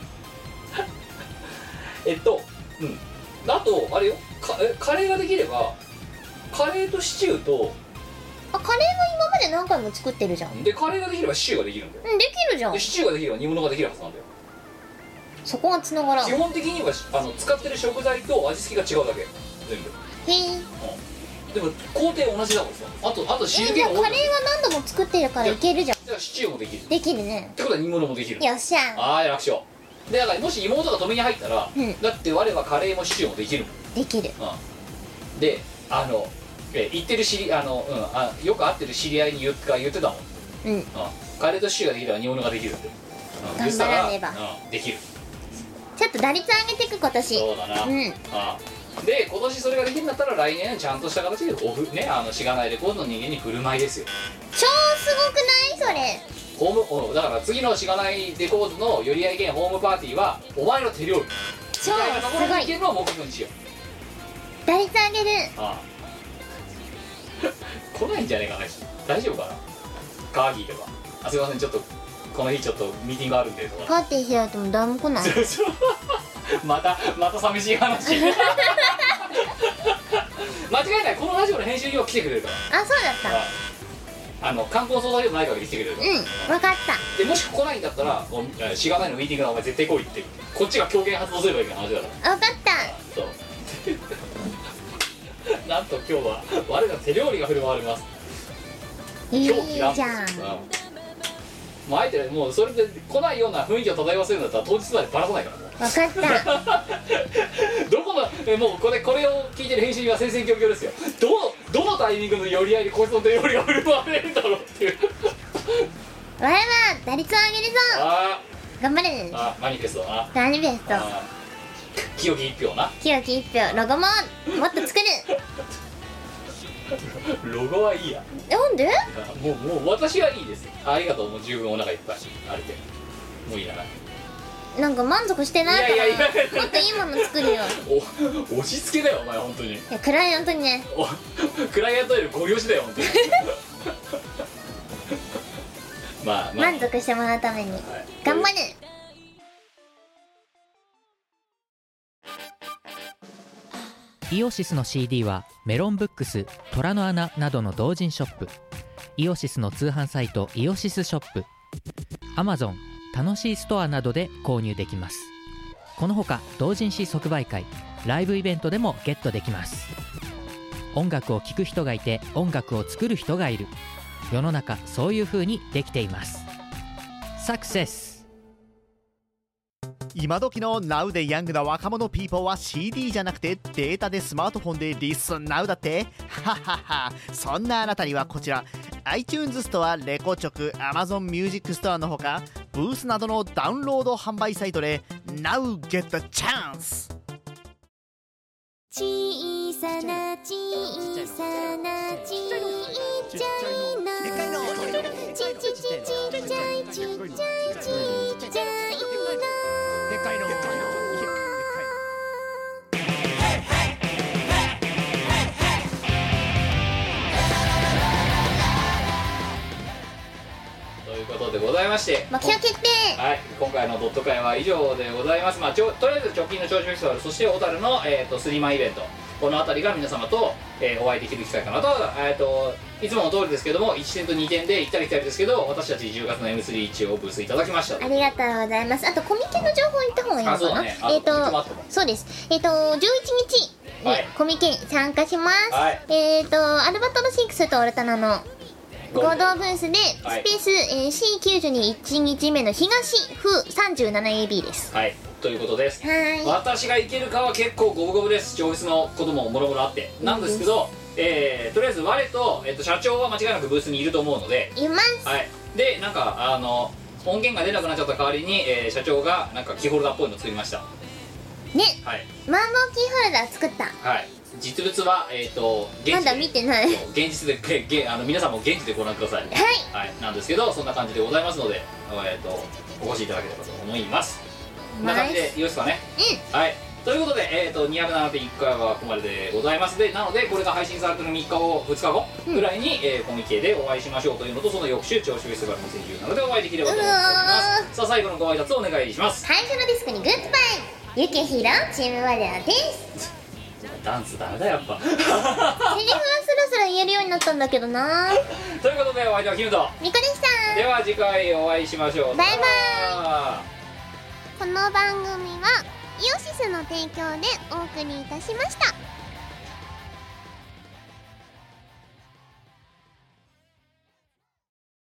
えっとうんあとあれよかえカレーができればカレーとシチューとあカレーは今まで何回も作ってるじゃん。 でカレーができればシチューができるんだよ。 うんできるじゃん。 でシチューができれば煮物ができるはずなんだよ。 そこがつながらん。 基本的にはあの使ってる食材と味付けが違うだけ全部。 へえ、 うん、でも工程同じだもんさ。あとあと汁気が多い。 カレーは何度も作ってるからいけるじゃん。 じゃあシチューもできる。 できるね。 ってことは煮物もできる。 よっしゃ。 ああ楽勝でだからもし妹が止めに入ったら、 うん、 だって我はカレーもシチューもできるもん。 できる。 うん、であのえ言ってる知りあの、うん、あよく会ってる知り合いに言って言ってたもん。 うん、うん、 カレーとシチューができれば煮物ができるって、 うん、頑張らねば、 うん、できる。 ちょっと打率上げていく今年。 そうだな、 うん、 あで今年それができるんだったら来年ちゃんとした形でオフねあのしがないレコードの人間に振る舞いですよ。 超すごくないそそれ。 ホームだから次のしがないレコードの寄り合い兼ホームパーティーはお前の手料理超みたいなところにすごい行けるのを目標にしよう。 打率上げる。 ああ来ないんじゃねえかな、大丈夫かな。カーギーとか、あすいませんちょっとこの日ちょっとミーティングあるんでとかパーティー開いても誰も来ない。 またまた寂しい話間違いない、このラジオの編集には来てくれるから。 あ、そうだった。 ああの観光相談所もない限り来てくれるから。 うん、分かった。 でもし来ないんだったら「しがないのミーティングだお前絶対来い」ってこっちが狂言発動すればいい話だから。 分かった。 そうなんと今日は我が手料理が振る舞われます。 いい狂気乱じゃん。 舞。もうあえてもうそれで来ないような雰囲気を漂わせるんだったら当日までバラさないから。 分かった。 どこのえもうこれこれを聞いてる編集には戦々恐々ですよ。どのどのタイミングの寄り合いにこいつの手料理が振る舞われるんだろうっていう。 わらわ打率を上げるぞ。 あ頑張れ。 あマニフェストな。 マニフェスト。 清き一票な。 清き一票。ロゴももっと作る。 ロゴはいいや。 なんで？ もうもう私はいいです。ありがとう、もう十分お腹いっぱいあれでもういいな。 なんか満足してないから。 いやいやいやもっといいもの作るよ。 お押し付けだよお前本当に。 いやクライアントにね。 おクライアントよりご了承だよ本当に。まあまあ満足してもらうために、 はい、 頑張る。 イオシスの シーディー はメロンブックス、虎の穴などの同人ショップ、イオシスの通販サイトイオシスショップ、 Amazon 楽しいストアなどで購入できます。このほか同人誌即売会、ライブイベントでもゲットできます。音楽を聴く人がいて音楽を作る人がいる、世の中そういう風にできています。サクセス。 今時の Now でヤングな若者ピーポーは シーディー じゃなくてデータでスマートフォンでリスン Now だって。ははは。そんなあなたにはこちら iTunes ストア、レコチョク、Amazon Music ストアのほかブースなどのダウンロード販売サイトで Now get the chance。 小さな小さなちっちゃいのちちちちっちゃいちっちゃいちっちゃいのでかいのということでございまして、 目標決定。 はい、今回のドット会は以上でございます。まあ、ちょとりあえず直近の長寿フェスティバル、そして小樽の、えー、とスリーマンイベント、この辺りが皆様と、えーお会いできる機会かなと、えー、といつもの通りですけどもいちてんとにてんで行ったり来たりですけど、私たちじゅうがつの エムスリー 一応ブースいただきました。 ありがとうございます。あとコミケの情報言った方がいいのかな。 あそうだね。あえっ、 コミケもあとったもんそうです。えっ、とじゅういちにちにはいコミケに参加します。 はいえっ、とアルバトロシックスとオルタナの合同ブースでスはいペース、えー、シーきゅうじゅうにいちにちめの東風 さんじゅうななエービー です。 はいということです。 はい私が行けるかは結構五分五分です。調子のことももろもろあってなんですけど、えーとりあえず我と、えっと社長は間違いなくブースにいると思うので、 います。 はい、でなんかあの音源が出なくなっちゃった代わりに、えー社長がなんかキーホルダーっぽいの作りました。 ね、 はいマンボウキーホルダー作った。 はい実物はえっ、と現まだ見てない。はい。 現実でげげあの皆さんも現地でご覧ください。はいなんですけどそんな感じでございますので、えー、とお越しいただければと思います。こんな感じでいいですかね。はいということで、えー、とにひゃくななてんいっかいはここまででございます。でなのでこれが配信されてるみっかごふつかごぐらいに、えーコミケでお会いしましょうというのと、その翌週銚子フェスティバルにせんじゅうななでお会いできればと思っております。さあ最後のご挨拶お願いします。 最初のディスクにグッバイ、ゆきひろチームワレラです。 ダンスダメだやっぱセリフはスラスラ言えるようになったんだけどな。 ということでお相手はキムとみこでした。 では次回お会いしましょう。 バイバイさよなら。 この番組はイオシスの提供でお送りいたしました。